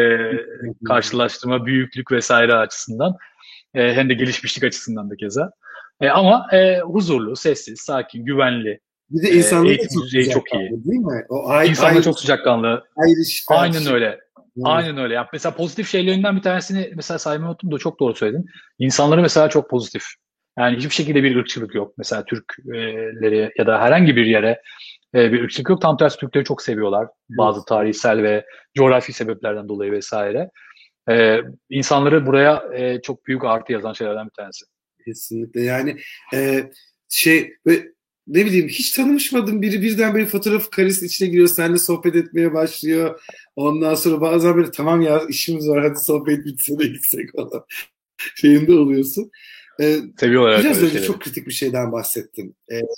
karşılaştırma, büyüklük vesaire açısından, hem de gelişmişlik açısından da keza. Ama huzurlu, sessiz, sakin, güvenli. Bir de insanları da Eğitim çok düzeyi çok iyi. sıcakkanlı değil mi? O İnsanlar çok sıcakkanlı. Irish Aynen friendship. öyle. Evet. Aynen öyle. Ya mesela pozitif şeylerinden bir tanesini mesela saymayı unuttum da çok doğru söyledin. İnsanları mesela çok pozitif. Yani hiçbir şekilde bir ırkçılık yok. Mesela Türkleri ya da herhangi bir yere bir ırkçılık yok. Tam tersi Türkleri çok seviyorlar. Bazı Evet. tarihsel ve coğrafi sebeplerden dolayı vesaire. İnsanları buraya çok büyük artı yazan şeylerden bir tanesi. Kesinlikle yani e, ve ne bileyim hiç tanımışmadığım biri birden böyle fotoğraf karesinin içine giriyor, seninle sohbet etmeye başlıyor. Ondan sonra bazen böyle tamam ya işimiz var hadi sohbet bitse de gitsek falan şeyinde oluyorsun. E, Seviyorlar evet Biraz öyle önce şeyleri. çok kritik bir şeyden bahsettin.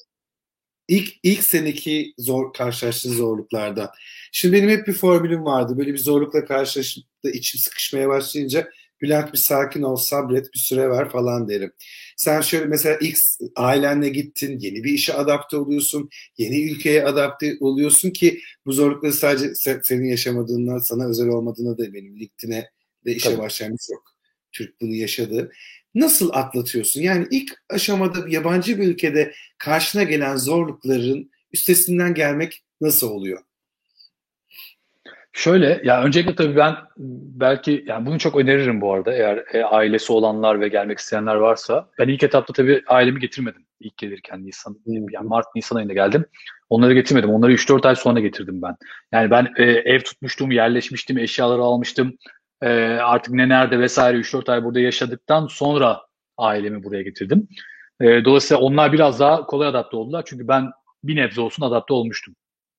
İlk seneki karşılaştığın zorluklardan. Şimdi benim hep bir formülüm vardı. Böyle bir zorlukla karşılaşıp da içim sıkışmaya başlayınca Bülent bir sakin ol, sabret, bir süre ver falan derim. Sen şöyle mesela ilk ailenle gittin, yeni bir işe adapte oluyorsun, yeni ülkeye adapte oluyorsun ki bu zorlukları sadece senin yaşamadığından, sana özel olmadığına da eminim. LinkedIn'e de işe Tabii. başlayan birçok Türk bunu yaşadı. Nasıl atlatıyorsun? Yani ilk aşamada yabancı bir ülkede karşına gelen zorlukların üstesinden gelmek nasıl oluyor? Şöyle, ya öncelikle tabii ben belki yani bunu çok öneririm bu arada eğer ailesi olanlar ve gelmek isteyenler varsa. Ben ilk etapta tabii ailemi getirmedim ilk gelirken yani Mart Nisan ayında geldim. Onları getirmedim. Onları 3-4 ay sonra getirdim ben. Yani ben ev tutmuştum, yerleşmiştim, eşyaları almıştım. Artık ne nerede vesaire 3-4 ay burada yaşadıktan sonra ailemi buraya getirdim. Dolayısıyla onlar biraz daha kolay adapte oldular. Çünkü ben bir nebze olsun adapte olmuştum.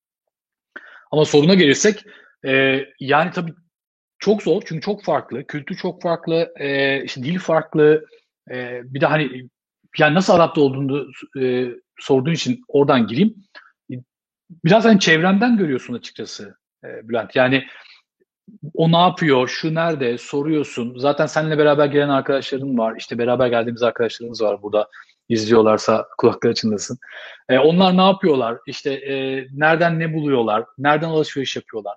Ama soruna gelirsek yani tabii çok zor çünkü çok farklı, kültür çok farklı, işte dil farklı. Bir de hani yani nasıl adapte olduğunu sorduğun için oradan gireyim. Biraz hani çevrenden görüyorsun açıkçası Bülent. Yani o ne yapıyor, şu nerede soruyorsun. Zaten seninle beraber gelen arkadaşların var. İşte beraber geldiğimiz arkadaşlarımız var burada. İzliyorlarsa kulakları çınlasın. Onlar ne yapıyorlar? İşte nereden ne buluyorlar? Nereden alışveriş yapıyorlar?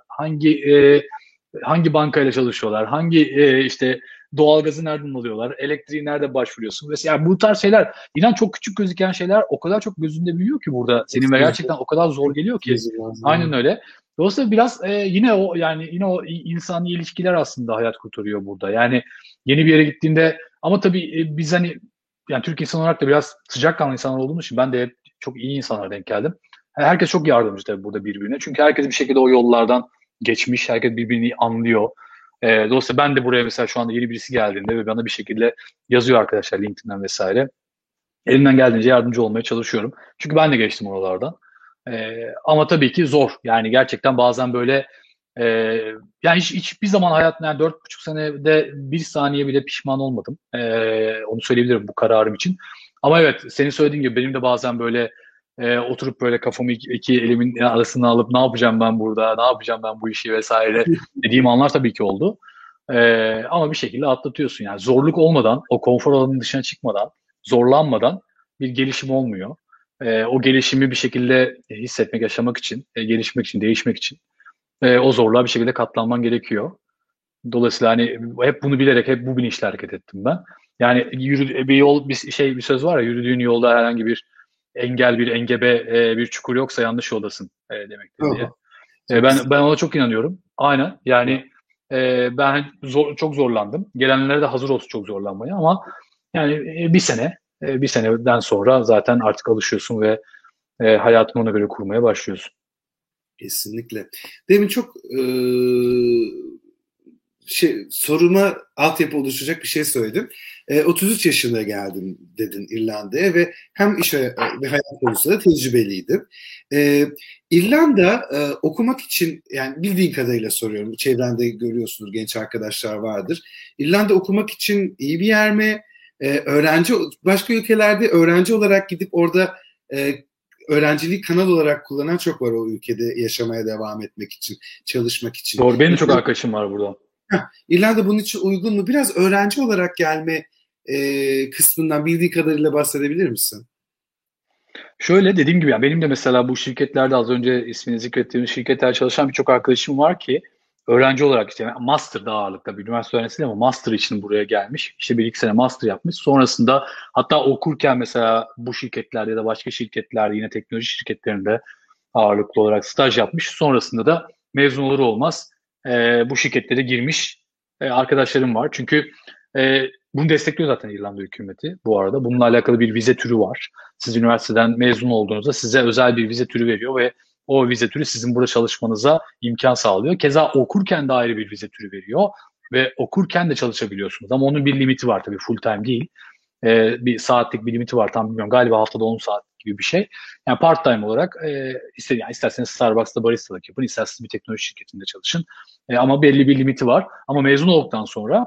Hangi bankayla çalışıyorlar? Hangi işte doğalgazı nereden alıyorlar? Elektriği nerede başvuruyorsun? Mesela yani bu tarz şeyler inan çok küçük gözüken şeyler o kadar çok gözünde büyüyor ki burada senin ve gerçekten o kadar zor geliyor ki. Aynen öyle. Dolayısıyla biraz yine o insani ilişkiler aslında hayat kurtarıyor burada. Yani yeni bir yere gittiğinde ama tabii biz hani yani Türk insan olarak da biraz sıcakkanlı insanlar olduğumuz için ben de hep çok iyi insanlara denk geldim. Yani herkes çok yardımcı tabii burada birbirine. Çünkü herkes bir şekilde o yollardan geçmiş. Herkes birbirini anlıyor. Dolayısıyla ben de buraya mesela şu anda yeni birisi geldiğinde ve bana bir şekilde yazıyor arkadaşlar LinkedIn'den vesaire. Elimden geldiğince yardımcı olmaya çalışıyorum. Çünkü ben de geçtim oralardan. Ama tabii ki zor. Yani gerçekten bazen böyle e, yani hiçbir zaman hayatımda yani 4,5 senede bir saniye bile pişman olmadım. Onu söyleyebilirim bu kararım için. Ama evet senin söylediğin gibi benim de bazen böyle oturup böyle kafamı iki elimin arasına alıp ne yapacağım ben burada, ne yapacağım ben bu işi vesaire dediğim anlar tabii ki oldu. Ama bir şekilde atlatıyorsun. Yani zorluk olmadan, o konfor alanının dışına çıkmadan, zorlanmadan bir gelişim olmuyor. O gelişimi bir şekilde hissetmek, yaşamak için, gelişmek için, değişmek için o zorluğa bir şekilde katlanman gerekiyor. Dolayısıyla hani hep bunu bilerek, hep bu bilinçle hareket ettim ben. Yani bir söz var ya, yürüdüğün yolda herhangi bir engel, bir engebe, bir çukur yoksa yanlış yoldasın demektir diye. Oh, çok güzel. Ben ona çok inanıyorum. Aynen. Yani ben çok zorlandım. Gelenlere de hazır olsun çok zorlanmaya ama yani bir seneden sonra zaten artık alışıyorsun ve hayatını ona göre kurmaya başlıyorsun. Kesinlikle. Demin çok soruma altyapı oluşacak bir şey söyledim. 33 yaşında geldim dedin İrlanda'ya ve hem iş ve hayat konusunda da tecrübeliydim. İrlanda okumak için yani bildiğin kadarıyla soruyorum. Çevrende görüyorsunuz genç arkadaşlar vardır. İrlanda okumak için iyi bir yer mi? Başka ülkelerde öğrenci olarak gidip orada öğrenciliği kanal olarak kullanan çok var o ülkede yaşamaya devam etmek için, çalışmak için. Doğru. Benim de çok arkadaşım var burada. İrlanda bunun için uygun mu? Biraz öğrenci olarak gelme kısmından bildiği kadarıyla bahsedebilir misin? Şöyle dediğim gibi yani benim de mesela bu şirketlerde az önce ismini zikrettiğim şirketlerde çalışan birçok arkadaşım var ki öğrenci olarak işte yani master'da ağırlıkta bir üniversite öğrencisi değil ama master için buraya gelmiş. İşte bir iki sene master yapmış. Sonrasında hatta okurken mesela bu şirketlerde ya da başka şirketlerde yine teknoloji şirketlerinde ağırlıklı olarak staj yapmış. Sonrasında da mezun olur olmaz bu şirketlere girmiş arkadaşlarım var. Çünkü bunu destekliyor zaten İrlanda hükümeti bu arada. Bununla alakalı bir vize türü var. Siz üniversiteden mezun olduğunuzda size özel bir vize türü veriyor ve o vize türü sizin burada çalışmanıza imkan sağlıyor. Keza okurken de ayrı bir vize türü veriyor ve okurken de çalışabiliyorsunuz. Ama onun bir limiti var tabii full time değil. Bir saatlik bir limiti var tam bilmiyorum. Galiba haftada 10 saat gibi bir şey. Yani part time olarak yani isterseniz Starbucks'ta baristalık yapın, isterseniz bir teknoloji şirketinde çalışın. Ama belli bir limiti var. Ama mezun olduktan sonra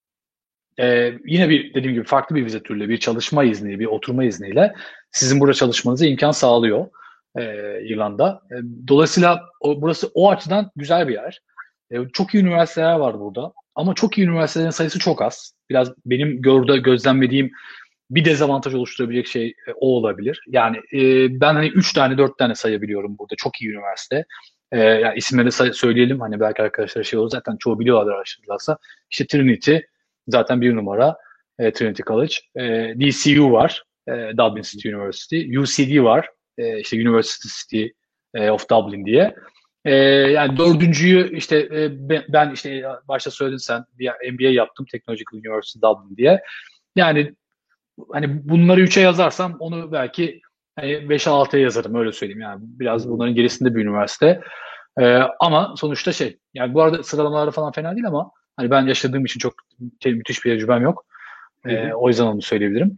yine dediğim gibi farklı bir vize türüyle, bir çalışma izni, bir oturma izniyle sizin burada çalışmanıza imkan sağlıyor İrlanda. Dolayısıyla burası o açıdan güzel bir yer. Çok iyi üniversiteler var burada. Ama çok iyi üniversitelerin sayısı çok az. Biraz benim gözlemlediğim bir dezavantaj oluşturabilecek şey o olabilir. Yani ben hani 3 tane 4 tane sayabiliyorum burada çok iyi üniversite. Yani isimleri söyleyelim hani belki arkadaşlar şey olur zaten çoğu biliyorlar araştırırlarsa. İşte Trinity zaten bir numara Trinity College. DCU var Dublin City University. UCD var işte University City of Dublin diye. Yani dördüncüyü işte ben işte başta söyledin sen bir MBA yaptım Technological University Dublin diye. Yani hani bunları 3'e yazarsam onu belki hani 5'e 6'ya yazarım öyle söyleyeyim yani. Biraz bunların gerisinde bir üniversite. Ama sonuçta yani bu arada sıralamaları falan fena değil ama hani ben yaşadığım için çok müthiş bir tecrübem yok. O yüzden onu söyleyebilirim.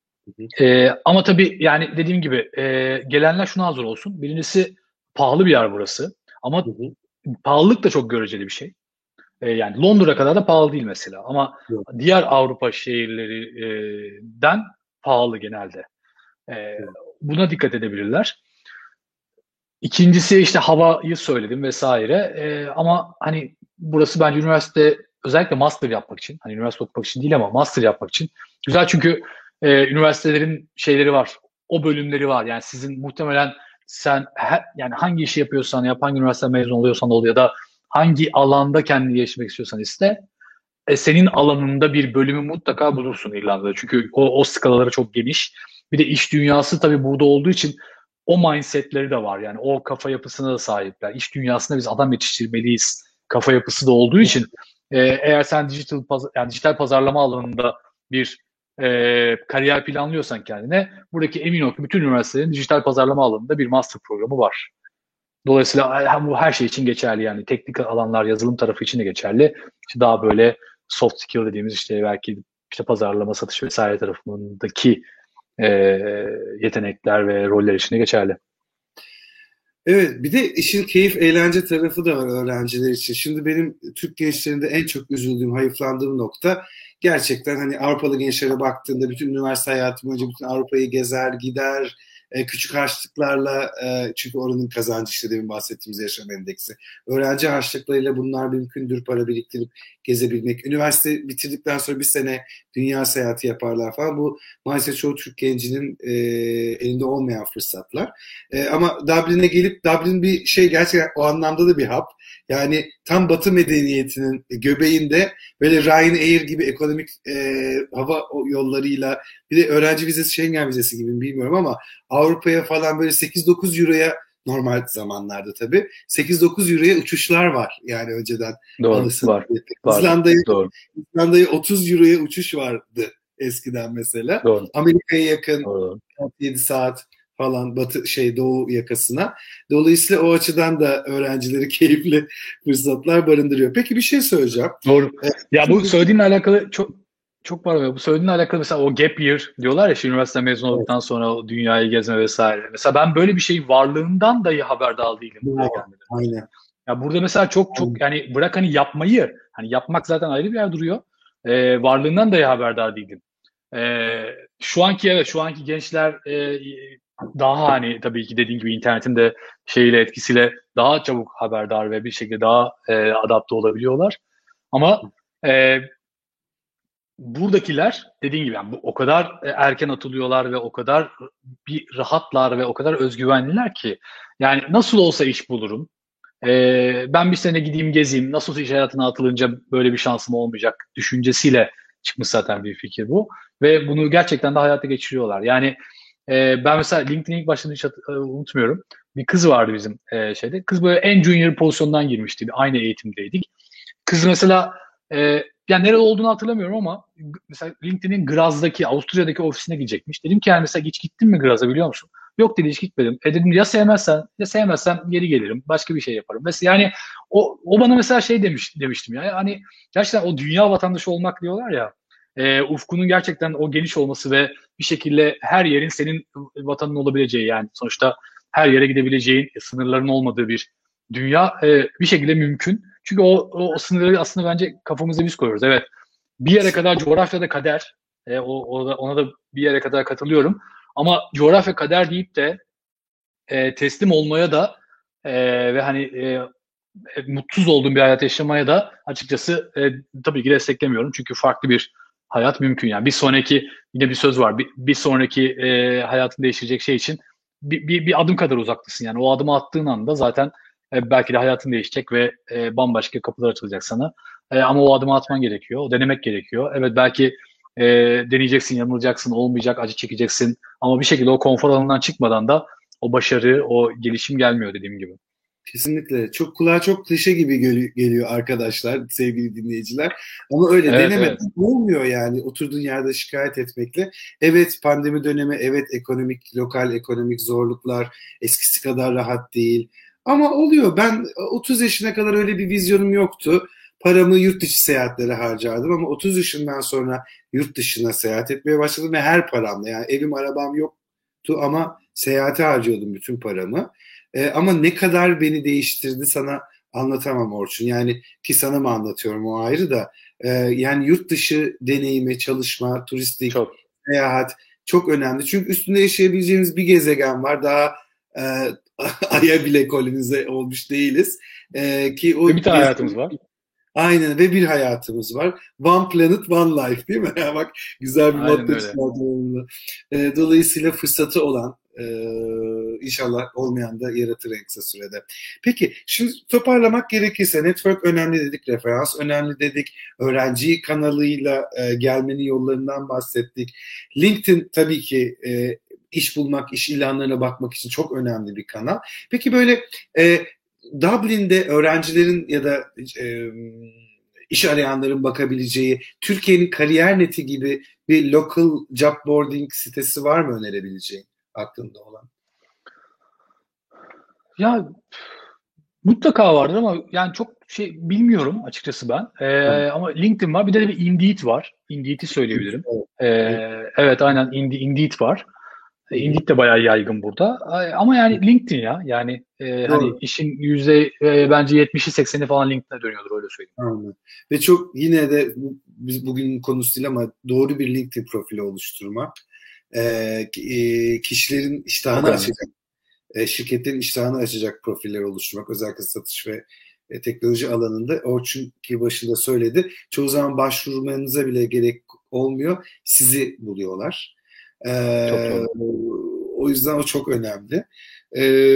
Ama tabii yani dediğim gibi gelenler şuna hazır olsun. Birincisi pahalı bir yer burası. Ama pahalılık da çok göreceli bir şey. Yani Londra kadar da pahalı değil mesela. Ama diğer Avrupa şehirlerinden pahalı genelde. Buna dikkat edebilirler. İkincisi işte havayı söyledim vesaire. Ama hani burası bence üniversite özellikle master yapmak için, hani üniversite okumak için değil ama master yapmak için güzel çünkü üniversitelerin şeyleri var. O bölümleri var. Yani sizin muhtemelen sen yani hangi işi yapıyorsan yap, hangi üniversite mezun oluyorsan ol ya da hangi alanda kendini geliştirmek istiyorsan iste senin alanında bir bölümü mutlaka bulursun İrlanda'da. Çünkü o skalaları çok geniş. Bir de iş dünyası tabii burada olduğu için o mindsetleri de var. Yani o kafa yapısına da sahipler. İş dünyasında biz adam yetiştirmeliyiz kafa yapısı da olduğu için eğer sen yani dijital pazarlama alanında bir kariyer planlıyorsan kendine buradaki emin ol ki bütün üniversitelerin dijital pazarlama alanında bir master programı var. Dolayısıyla bu her şey için geçerli yani teknik alanlar yazılım tarafı için de geçerli. İşte daha böyle soft skill dediğimiz işte belki işte pazarlama, satış vesaire tarafındaki e, yetenekler ve roller için de geçerli. Evet, bir de işin keyif, eğlence tarafı da var öğrenciler için. Şimdi benim Türk gençlerinde en çok üzüldüğüm, hayıflandığım nokta gerçekten hani Avrupalı gençlere baktığında bütün üniversite hayatı boyunca bütün Avrupa'yı gezer, gider, küçük harçlıklarla çünkü oranın kazancı işte demin bahsettiğimiz yaşam endeksi. Öğrenci harçlıklarıyla bunlar mümkündür para biriktirip gezebilmek. Üniversite bitirdikten sonra bir sene dünya seyahati yaparlar falan. Bu maalesef çoğu Türk gencinin elinde olmayan fırsatlar. Ama Dublin'e gelip Dublin bir şey gerçekten o anlamda da bir hub. Yani tam Batı medeniyetinin göbeğinde böyle Ryanair gibi ekonomik hava yollarıyla bir de öğrenci vizesi Schengen vizesi gibi bilmiyorum ama Avrupa'ya falan böyle 8-9 euroya normal zamanlarda tabii 8-9 euroya uçuşlar var yani önceden Doğru, alırsın. var. İzlanda'ya 30 euroya uçuş vardı eskiden mesela. Doğru. Amerika'ya yakın Doğru. 7 saat falan doğu yakasına. Dolayısıyla o açıdan da öğrencileri keyifli fırsatlar barındırıyor. Peki bir şey söyleyeceğim. Doğru. Ya bu söylediğinle alakalı çok var. Bu söylediğinle alakalı mesela o gap year diyorlar ya işte üniversite mezun olduktan sonra o dünyayı gezme vesaire. Mesela ben böyle bir şey varlığından dahi haberdar değilim buraya gelmeden. Aynen. Ya burada mesela çok yani bırak hani yapmayı hani yapmak zaten ayrı bir yer duruyor. Varlığından dahi haberdar değilim. Şu anki gençler daha hani tabii ki dediğin gibi internetin de etkisiyle daha çabuk haberdar ve bir şekilde daha adapte olabiliyorlar. Ama buradakiler dediğin gibi yani o kadar erken atılıyorlar ve o kadar bir rahatlar ve o kadar özgüvenliler ki yani nasıl olsa iş bulurum. Ben bir sene gideyim gezeyim. Nasıl olsa iş hayatına atılınca böyle bir şansım olmayacak düşüncesiyle çıkmış zaten bir fikir bu. Ve bunu gerçekten de hayata geçiriyorlar. Yani ben mesela LinkedIn'e ilk başladığımda hiç unutmuyorum. Bir kız vardı bizim şeyde. Kız böyle en junior pozisyondan girmişti. Aynı eğitimdeydik. Kız mesela yani nerede olduğunu hatırlamıyorum ama mesela LinkedIn'in Graz'daki, Avusturya'daki ofisine gidecekmiş. Dedim ki yani mesela hiç gittin mi Graz'a biliyor musun? Yok dedi hiç gitmedim. Dedim ya sevmezsen geri gelirim. Başka bir şey yaparım. Mesela yani o bana mesela demiştim ya. Hani gerçekten o dünya vatandaşı olmak diyorlar ya. Ufkunun gerçekten o geniş olması ve bir şekilde her yerin senin vatanın olabileceği yani sonuçta her yere gidebileceğin sınırların olmadığı bir dünya bir şekilde mümkün. Çünkü o sınırları aslında bence kafamıza biz koyuyoruz. Evet. Bir yere kadar coğrafyada kader. Ona da bir yere kadar katılıyorum. Ama coğrafya kader deyip de teslim olmaya da ve hani mutsuz olduğum bir hayat yaşamaya da açıkçası tabii ki desteklemiyorum. Çünkü farklı bir hayat mümkün. Yani yine bir söz var. Bir sonraki hayatını değiştirecek şey için bir adım kadar uzaktasın. Yani o adımı attığın anda zaten belki de hayatın değişecek ve bambaşka kapılar açılacak sana. Ama o adımı atman gerekiyor. O denemek gerekiyor. Evet belki deneyeceksin, yanılacaksın, olmayacak, acı çekeceksin. Ama bir şekilde o konfor alanından çıkmadan da o başarı, o gelişim gelmiyor dediğim gibi. Kesinlikle. Çok kulağa çok klişe gibi geliyor arkadaşlar, sevgili dinleyiciler. Ama öyle Evet, denemeden evet. olmuyor yani oturduğun yerde şikayet etmekle. Evet pandemi dönemi, evet lokal ekonomik zorluklar eskisi kadar rahat değil. Ama oluyor. Ben 30 yaşına kadar öyle bir vizyonum yoktu. Paramı yurt dışı seyahatlere harcardım ama 30 yaşından sonra yurt dışına seyahat etmeye başladım ve her paramla yani evim arabam yoktu ama seyahate harcıyordum bütün paramı. Ama ne kadar beni değiştirdi sana anlatamam Orçun. Yani ki sana mı anlatıyorum o ayrı da. Yani yurt dışı deneyimi, çalışma, turistik, Çok. seyahat çok önemli. Çünkü üstünde yaşayabileceğimiz bir gezegen var. Daha e, Ay'a bile kolonize olmuş değiliz. Ki o Ve bir tane hayatımız var. aynen ve bir hayatımız var. One planet, one life değil mi? Ya bak güzel bir Aynen motto öyle. çıkardım. Dolayısıyla fırsatı olan inşallah olmayan da yaratır en kısa sürede. Peki şimdi toparlamak gerekirse network önemli dedik, referans önemli dedik, öğrenci kanalıyla gelmenin yollarından bahsettik. LinkedIn tabii ki iş bulmak, iş ilanlarına bakmak için çok önemli bir kanal. Peki böyle Dublin'de öğrencilerin ya da iş arayanların bakabileceği Türkiye'nin Kariyer Neti gibi bir local job boarding sitesi var mı önerebileceğin aklında olan? Ya mutlaka vardır ama yani çok şey bilmiyorum açıkçası ben. Tamam. Ama LinkedIn var. Bir de Indeed var. Indeed'i söyleyebilirim. Evet. Ee, evet aynen Indeed var. Hı hı. Indeed de bayağı yaygın burada. Ama yani LinkedIn ya. Yani hani Doğru. işin bence 70'i 80'i falan LinkedIn'e dönüyordur öyle söyleyeyim. Anladım. Ve çok yine de biz bugün konusu değil ama doğru bir LinkedIn profili oluşturmak kişilerin Çok iştahını önemli. açacak, şirketlerin iştahını açacak profiller oluşturmak özellikle satış ve teknoloji alanında Orçun ki başında söyledi. Çoğu zaman başvurmanıza bile gerek olmuyor. Sizi buluyorlar. Çok Ee, doğru. O yüzden o çok önemli. Ee,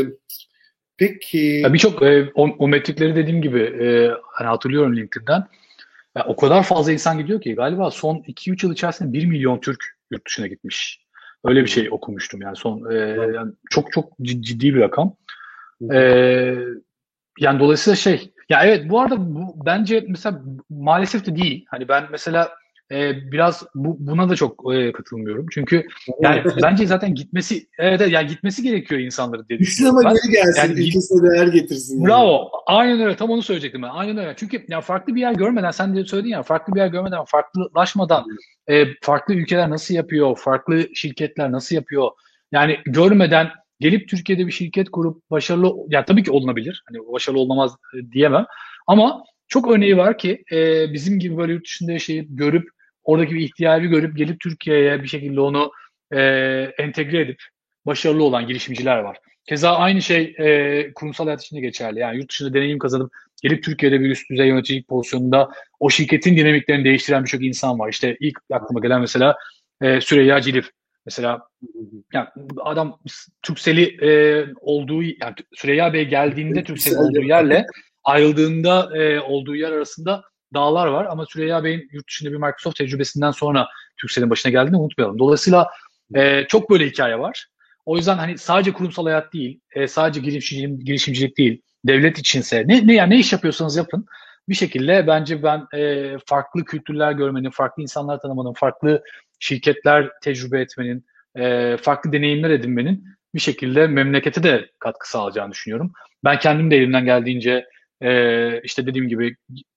Ya peki birçok o metrikleri dediğim gibi hani hatırlıyorum LinkedIn'den. Ya o kadar fazla insan gidiyor ki galiba son 2-3 yıl içerisinde 1 milyon Türk yurt dışına gitmiş. Öyle bir şey okumuştum yani yani çok çok ciddi bir rakam. E, Yani dolayısıyla ya evet bu arada bence mesela maalesef de değil. Hani ben mesela biraz buna da çok katılmıyorum. Çünkü yani bence zaten gitmesi evet yani gitmesi gerekiyor insanların diye gitsin düşünüyorum ama ben. geri gelsin, Yani ülkesine değer getirsin yani. bravo. Aynen öyle. Tam onu söyleyecektim ben. Aynen öyle. Çünkü ya farklı bir yer görmeden sen de söyledin ya farklı bir yer görmeden, farklılaşmadan farklı ülkeler nasıl yapıyor, farklı şirketler nasıl yapıyor? Yani görmeden gelip Türkiye'de bir şirket kurup başarılı ya tabii ki olunabilir. Hani başarılı olamaz diyemem. Ama çok örneği var ki bizim gibi böyle yurt dışında yaşayıp görüp oradaki bir ihtiyacı görüp gelip Türkiye'ye bir şekilde onu e, entegre edip başarılı olan girişimciler var. Keza aynı şey kurumsal hayat için de geçerli. Yani yurt dışında deneyim kazanıp gelip Türkiye'de bir üst düzey yöneticilik pozisyonunda o şirketin dinamiklerini değiştiren birçok insan var. İşte ilk aklıma gelen mesela Süreyya Cilif. Mesela yani adam Turkcell'i olduğu yani Süreyya Bey geldiğinde Turkcell'in olduğu Güzel. yerle ayrıldığında olduğu yer arasında dağlar var ama Süreyya Bey'in yurt dışında bir Microsoft tecrübesinden sonra Turkcell'in başına geldiğini unutmayalım. Dolayısıyla çok böyle hikaye var. O yüzden hani sadece kurumsal hayat değil, sadece girişimcilik değil, devlet içinse yani ne iş yapıyorsanız yapın. Bir şekilde bence ben farklı kültürler görmenin, farklı insanlar tanımanın, farklı şirketler tecrübe etmenin, farklı deneyimler edinmenin bir şekilde memlekete de katkı sağlayacağını düşünüyorum. Ben kendim de elimden geldiğince işte dediğim gibi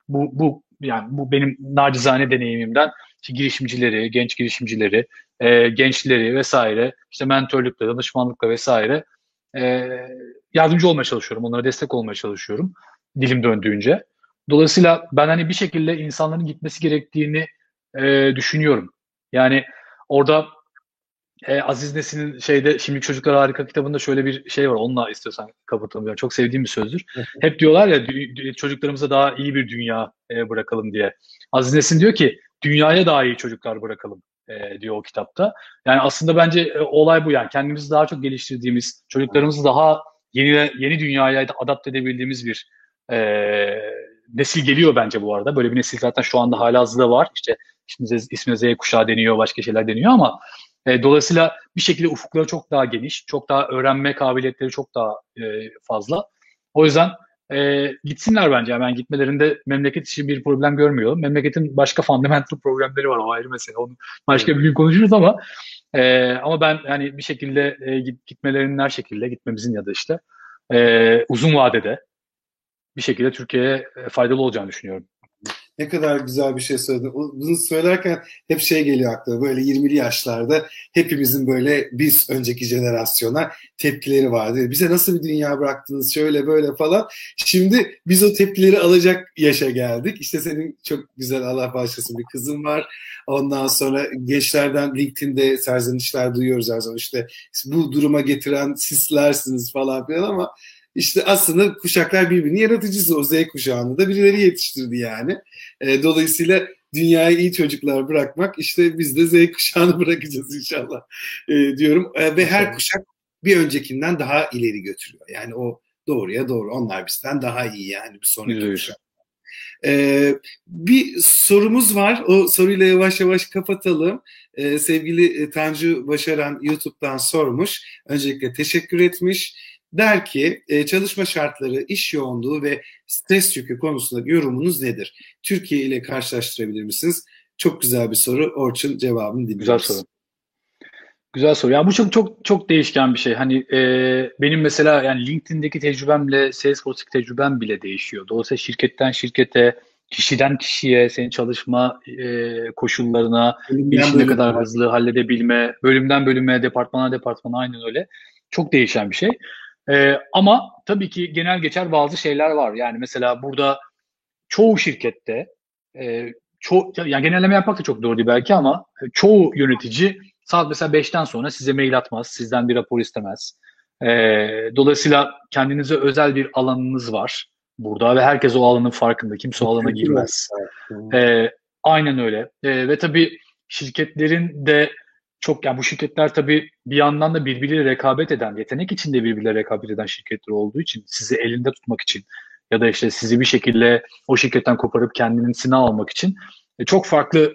bu benim nacizane deneyimimden işte girişimcileri, genç girişimcileri, gençleri vesaire işte mentörlükle, danışmanlıkla vesaire e, yardımcı olmaya çalışıyorum. Onlara destek olmaya çalışıyorum dilim döndüğünce. Dolayısıyla ben hani bir şekilde insanların gitmesi gerektiğini düşünüyorum. Yani orada Aziz Nesin'in Şimdiki Çocuklar Harika kitabında şöyle bir şey var. Onunla istiyorsan kapatalım. Yani çok sevdiğim bir sözdür. Hep diyorlar ya çocuklarımıza daha iyi bir dünya bırakalım diye. Aziz Nesin diyor ki dünyaya daha iyi çocuklar bırakalım diyor o kitapta. Yani aslında bence olay bu yani. Kendimizi daha çok geliştirdiğimiz, çocuklarımızı daha yeni dünyaya adapte edebildiğimiz bir e, nesil geliyor bence bu arada. Böyle bir nesil zaten şu anda halihazırda var. İşte şimdi ismine Z kuşağı deniyor, başka şeyler deniyor ama dolayısıyla bir şekilde ufukları çok daha geniş, çok daha öğrenme kabiliyetleri çok daha fazla. O yüzden gitsinler bence. Yani ben gitmelerinde memleket için bir problem görmüyorum. Memleketin başka fundamental problemleri var. O ayrı mesele. Onu başka bir gün konuşuruz ama ben yani bir şekilde gitmelerinin her şekilde gitmemizin ya da işte uzun vadede bir şekilde Türkiye'ye faydalı olacağını düşünüyorum. Ne kadar güzel bir şey söyledin. Bunu söylerken hep şey geliyor aklıma. Böyle 20'li yaşlarda hepimizin böyle biz önceki jenerasyona tepkileri vardı. Bize nasıl bir dünya bıraktınız şöyle böyle falan. Şimdi biz o tepkileri alacak yaşa geldik. İşte senin çok güzel Allah bağışlasın bir kızın var. Ondan sonra gençlerden LinkedIn'de serzenişler duyuyoruz her zaman. İşte bu duruma getiren sizlersiniz falan filan ama işte aslında kuşaklar birbirini yaratıcısı. O Z kuşağını da birileri yetiştirdi yani. Dolayısıyla dünyaya iyi çocuklar bırakmak işte biz de Z kuşağını bırakacağız inşallah diyorum. Ve her kuşak bir öncekinden daha ileri götürüyor. Yani o doğruya doğru. Onlar bizden daha iyi yani bir sonraki kuşak. Bir sorumuz var. O soruyla yavaş yavaş kapatalım. Sevgili Tanju Başaran YouTube'dan sormuş. Öncelikle teşekkür etmiş. Der ki çalışma şartları, iş yoğunluğu ve stres yükü konusunda yorumunuz nedir? Türkiye ile karşılaştırabilir misiniz? Çok güzel bir soru. Orçun cevabını dinliyoruz. Güzel soru. Güzel soru. Yani bu çok çok çok değişken bir şey. Hani benim mesela yani LinkedIn'deki tecrübemle Salesforce'daki tecrübem bile değişiyor. Dolayısıyla şirketten şirkete, kişiden kişiye, senin çalışma koşullarına, bir işi ne kadar hızlı halledebilme, bölümden bölüme, departmana departmana aynen öyle. Çok değişen bir şey. Ama tabii ki genel geçer bazı şeyler var. Yani mesela burada çoğu şirkette yani genelleme yapmak da çok doğru değil belki ama çoğu yönetici saat mesela 5'ten sonra size mail atmaz, sizden bir rapor istemez. Dolayısıyla kendinize özel bir alanınız var burada ve herkes o alanın farkında. Kimse o alana girmez. Aynen öyle. Ve tabii şirketlerin de çok yani bu şirketler tabii bir yandan da birbiriyle rekabet eden, yetenek içinde birbiriyle rekabet eden şirketler olduğu için sizi elinde tutmak için ya da işte sizi bir şekilde o şirketten koparıp kendisine almak için çok farklı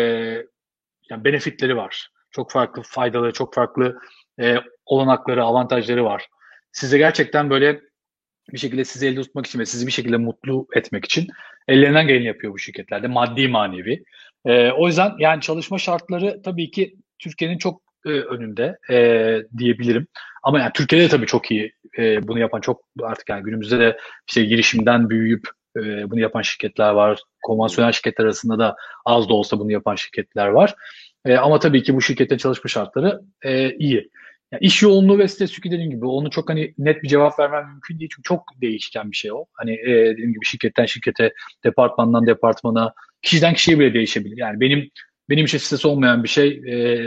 yani benefitleri var. Çok farklı faydaları, çok farklı olanakları, avantajları var. Size gerçekten böyle bir şekilde sizi elde tutmak için ve sizi bir şekilde mutlu etmek için ellerinden geleni yapıyor bu şirketlerde. Maddi manevi. O yüzden yani çalışma şartları tabii ki Türkiye'nin çok önünde diyebilirim. Ama yani Türkiye'de tabii çok iyi bunu yapan çok artık yani günümüzde de işte girişimden büyüyüp bunu yapan şirketler var. Konvansiyonel şirketler arasında da az da olsa bunu yapan şirketler var. Ama tabii ki bu şirketlerin çalışma şartları iyi. Yani iş yoğunluğu ve stres yükü dediğim gibi onu çok hani net bir cevap vermem mümkün değil çünkü çok değişken bir şey o. Hani dediğim gibi şirketten şirkete, departmandan departmana, kişiden kişiye bile değişebilir. Yani benim için stres olmayan bir şey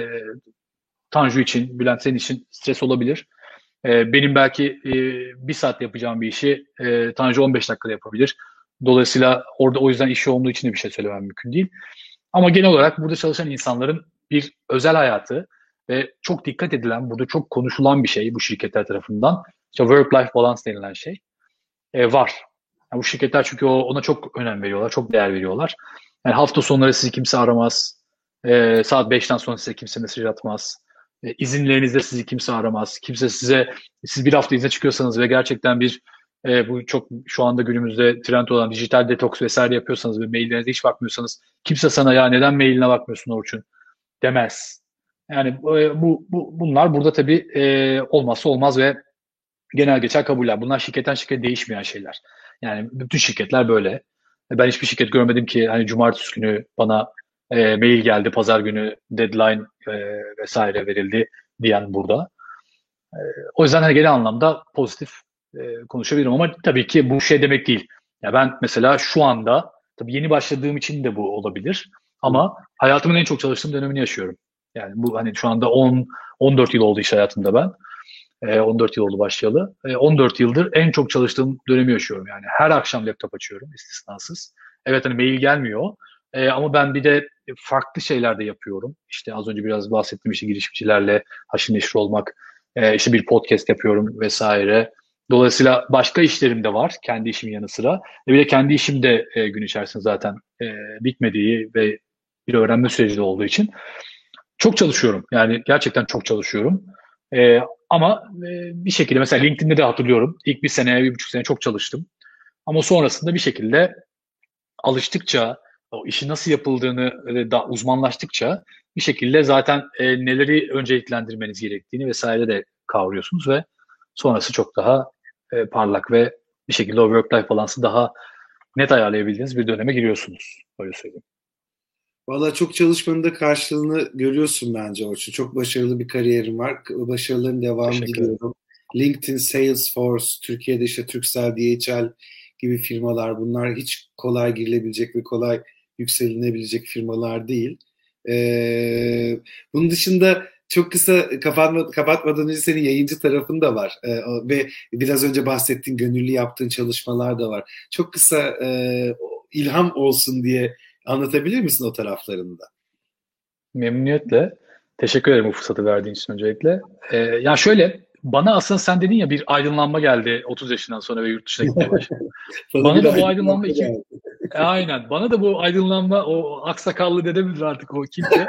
Tanju için, Bülent senin için stres olabilir. Benim belki bir saat yapacağım bir işi Tanju 15 dakikada yapabilir. Dolayısıyla orada o yüzden iş yoğunluğu için de bir şey söylemem mümkün değil. Ama genel olarak burada çalışan insanların bir özel hayatı ve çok dikkat edilen, burada çok konuşulan bir şey bu şirketler tarafından. İşte work-life balance denilen şey var. Yani bu şirketler çünkü ona çok önem veriyorlar, çok değer veriyorlar. Yani hafta sonları sizi kimse aramaz. Saat 5'ten sonra size kimse mesaj atmaz. İzinlerinizde sizi kimse aramaz. Kimse siz bir hafta izne çıkıyorsanız ve gerçekten bu çok şu anda günümüzde trend olan dijital detoks vesaire yapıyorsanız ve maillerinize hiç bakmıyorsanız kimse sana ya neden mailine bakmıyorsun Orçun demez. Yani bunlar burada tabii olmazsa olmaz ve genel geçer kabuller. Bunlar şirketten şirkete değişmeyen şeyler. Yani bütün şirketler böyle. Ben hiçbir şirket görmedim ki hani cumartesi günü bana mail geldi, pazar günü deadline vesaire verildi diyen burada. O yüzden hani genel anlamda pozitif konuşabilirim ama tabii ki bu şey demek değil. Ya ben mesela şu anda tabii yeni başladığım için de bu olabilir ama hayatımın en çok çalıştığım dönemini yaşıyorum. Yani bu hani şu anda 14 yıl oldu iş hayatımda ben. 14 yıl oldu başlayalı. 14 yıldır en çok çalıştığım dönemi yaşıyorum. Yani her akşam laptop açıyorum istisnasız. Evet hani mail gelmiyor. Ama ben bir de farklı şeyler de yapıyorum. İşte az önce biraz bahsettiğim işte girişimcilerle haşır neşir olmak. İşte bir podcast yapıyorum vesaire. Dolayısıyla başka işlerim de var kendi işimin yanı sıra. Bir de kendi işim de gün içerisinde zaten bitmediği ve bir öğrenme süreci de olduğu için çok çalışıyorum. Yani gerçekten çok çalışıyorum. Ama bir şekilde mesela LinkedIn'de de hatırlıyorum. İlk bir sene, 1,5 sene çok çalıştım. Ama sonrasında bir şekilde alıştıkça, o işi nasıl yapıldığını da uzmanlaştıkça bir şekilde zaten neleri önceliklendirmeniz gerektiğini vesaire de kavruyorsunuz ve sonrası çok daha parlak ve bir şekilde o work-life balansı daha net ayarlayabildiğiniz bir döneme giriyorsunuz. Öyle söyleyeyim. Valla çok çalışmanın da karşılığını görüyorsun bence Orçun. Çok başarılı bir kariyerin var. Başarıların devamı Teşekkür ederim. diliyorum. LinkedIn, Salesforce, Türkiye'de işte Turkcell, DHL gibi firmalar, bunlar hiç kolay girilebilecek ve kolay yükselinebilecek firmalar değil. Bunun dışında çok kısa kapatmadan önce senin yayıncı tarafın da var. Ve biraz önce bahsettiğin gönüllü yaptığın çalışmalar da var. Çok kısa ilham olsun diye anlatabilir misin o taraflarında? Memnuniyetle. Teşekkür ederim bu fırsatı verdiğin için öncelikle. Ya şöyle, bana aslında sen dedin ya bir aydınlanma geldi 30 yaşından sonra ve yurt dışına gitmeye başladım. Bana da bu aydınlanma aynen. Bana da bu aydınlanma o aksakallı dede midir artık o kimse?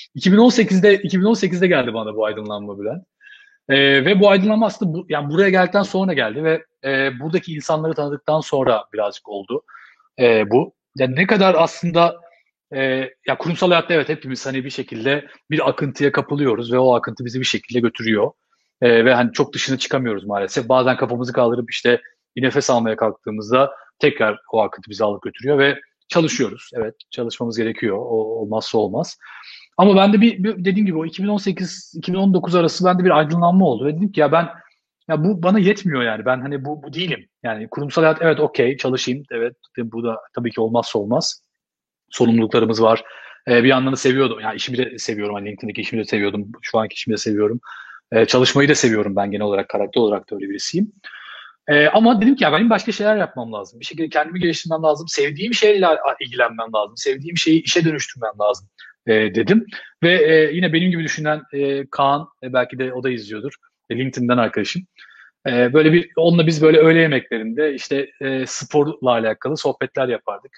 2018'de geldi bana bu aydınlanma Bülent. Ve bu aydınlanma aslında yani buraya geldikten sonra geldi ve buradaki insanları tanıdıktan sonra birazcık oldu. Bu. Yani ne kadar aslında ya kurumsal hayatta evet hepimiz hani bir şekilde bir akıntıya kapılıyoruz ve o akıntı bizi bir şekilde götürüyor. Ve hani çok dışına çıkamıyoruz maalesef. Bazen kafamızı kaldırıp işte bir nefes almaya kalktığımızda tekrar o akıntı bizi alıp götürüyor ve çalışıyoruz. Evet, çalışmamız gerekiyor. O olmazsa olmaz. Ama ben de dediğim gibi o 2018-2019 arası bende bir aydınlanma oldu. Ve dedim ki ya bu bana yetmiyor yani. Ben hani bu değilim. Yani kurumsal hayat evet okey çalışayım. Evet bu da tabii ki olmazsa olmaz. Sorumluluklarımız var. Bir yandan da seviyordum. Yani işimi de seviyorum. Hani LinkedIn'deki işimi de seviyordum. Şu anki işimi de seviyorum. Çalışmayı da seviyorum ben genel olarak. Karakter olarak da öyle birisiyim. Ama dedim ki ya benim başka şeyler yapmam lazım. Bir şekilde kendimi geliştirmem lazım. Sevdiğim şeyle ilgilenmem lazım. Sevdiğim şeyi işe dönüştürmem lazım dedim. Ve yine benim gibi düşünen Kaan, belki de o da izliyordur. LinkedIn'den arkadaşım. Böyle onunla biz böyle öğle yemeklerinde işte sporla alakalı sohbetler yapardık.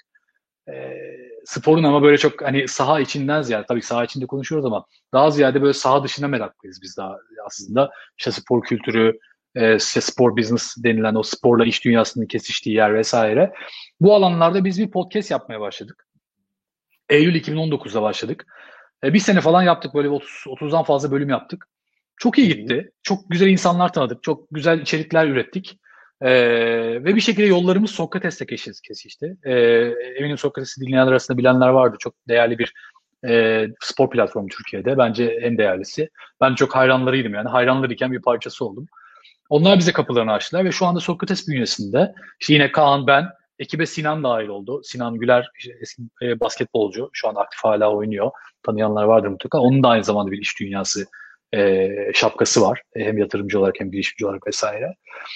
Sporun ama böyle çok hani saha içinden ziyade tabii saha içinde konuşuyoruz ama daha ziyade böyle saha dışına meraklıyız biz daha aslında. İşte spor kültürü, işte spor business denilen o sporla iş dünyasının kesiştiği yer vesaire. Bu alanlarda biz bir podcast yapmaya başladık. Eylül 2019'da başladık. Bir sene falan yaptık böyle 30'dan fazla bölüm yaptık. Çok iyi gitti. Çok güzel insanlar tanıdık. Çok güzel içerikler ürettik. Ve bir şekilde yollarımız Sokrates'le kesişti. Eminim Sokrates'i dinleyenler arasında bilenler vardı. Çok değerli bir spor platformu Türkiye'de. Bence en değerlisi. Ben çok hayranlarıydım yani. Hayranlarıyken bir parçası oldum. Onlar bize kapılarını açtılar ve şu anda Sokrates bünyesinde işte yine Kaan, ben, ekibe Sinan dahil oldu. Sinan Güler işte eski basketbolcu. Şu anda aktif hala oynuyor. Tanıyanlar vardır mutlaka. Onun da aynı zamanda bir iş dünyası şapkası var. Hem yatırımcı olarak hem girişimci olarak vesaire.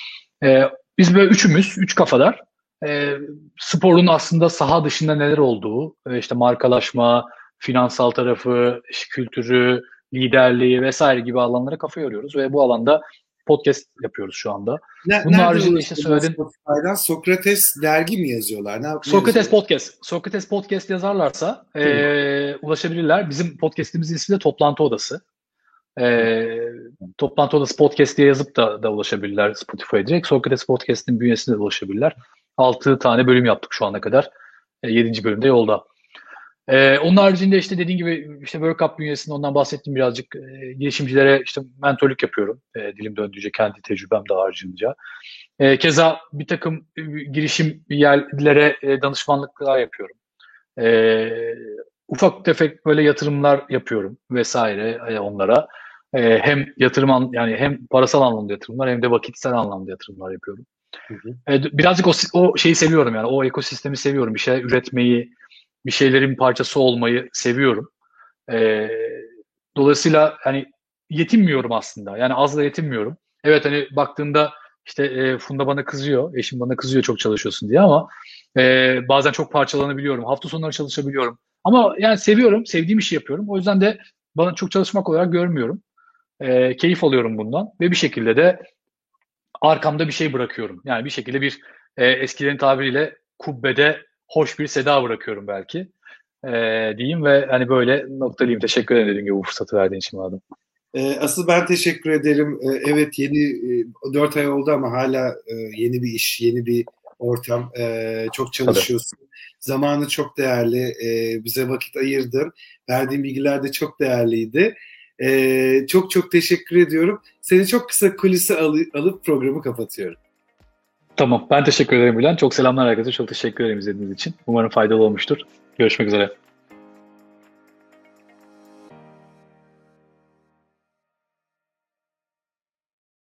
Biz böyle üç kafadar sporun aslında saha dışında neler olduğu, işte markalaşma, finansal tarafı, iş kültürü, liderliği vesaire gibi alanlara kafa yoruyoruz ve bu alanda podcast yapıyoruz şu anda. Bunun haricinde işte söyledim. Spotify'dan Sokrates dergi mi yazıyorlar? Sokrates Podcast. Sokrates Podcast yazarlarsa ulaşabilirler. Bizim podcastimizin ismi de Toplantı Odası. Toplantı Odası Podcast diye yazıp da ulaşabilirler Spotify'a direkt. Sokrates Podcast'in bünyesine de ulaşabilirler. 6 tane bölüm yaptık şu ana kadar. 7. bölümde yolda. Onun haricinde işte dediğim gibi işte World Cup bünyesinde ondan bahsettim birazcık. Girişimcilere işte mentorluk yapıyorum. Dilim döndüğünce kendi tecrübem de harcayınca. Keza bir takım girişim yerlere danışmanlıklar yapıyorum. Ufak tefek böyle yatırımlar yapıyorum vesaire onlara. Hem yani hem parasal anlamda yatırımlar hem de vakitsel anlamda yatırımlar yapıyorum. Hı hı. Birazcık o şeyi seviyorum yani o ekosistemi seviyorum. Bir şeyler üretmeyi, bir şeylerin parçası olmayı seviyorum. Dolayısıyla hani yetinmiyorum aslında. Yani az da yetinmiyorum. Evet hani baktığında işte Funda bana kızıyor, eşim bana kızıyor çok çalışıyorsun diye ama bazen çok parçalanabiliyorum. Hafta sonları çalışabiliyorum. Ama yani seviyorum, sevdiğim işi yapıyorum. O yüzden de bana çok çalışmak olarak görmüyorum. Keyif alıyorum bundan ve bir şekilde de arkamda bir şey bırakıyorum. Yani bir şekilde bir eskilerin tabiriyle kubbede hoş bir seda bırakıyorum belki diyeyim ve hani böyle noktalayayım. Teşekkür ederim dediğim gibi bu fırsatı verdiğin için madem. Asıl ben teşekkür ederim. Evet, yeni 4 ay oldu ama hala yeni bir iş, yeni bir ortam. Çok çalışıyorsun. Zamanı çok değerli. Bize vakit ayırdın. Verdiğin bilgiler de çok değerliydi. Çok çok teşekkür ediyorum. Seni çok kısa kulise alıp programı kapatıyorum. Tamam. Ben teşekkür ederim Bülent. Çok selamlar herkese. Çok teşekkür ederim izlediğiniz için. Umarım faydalı olmuştur. Görüşmek üzere.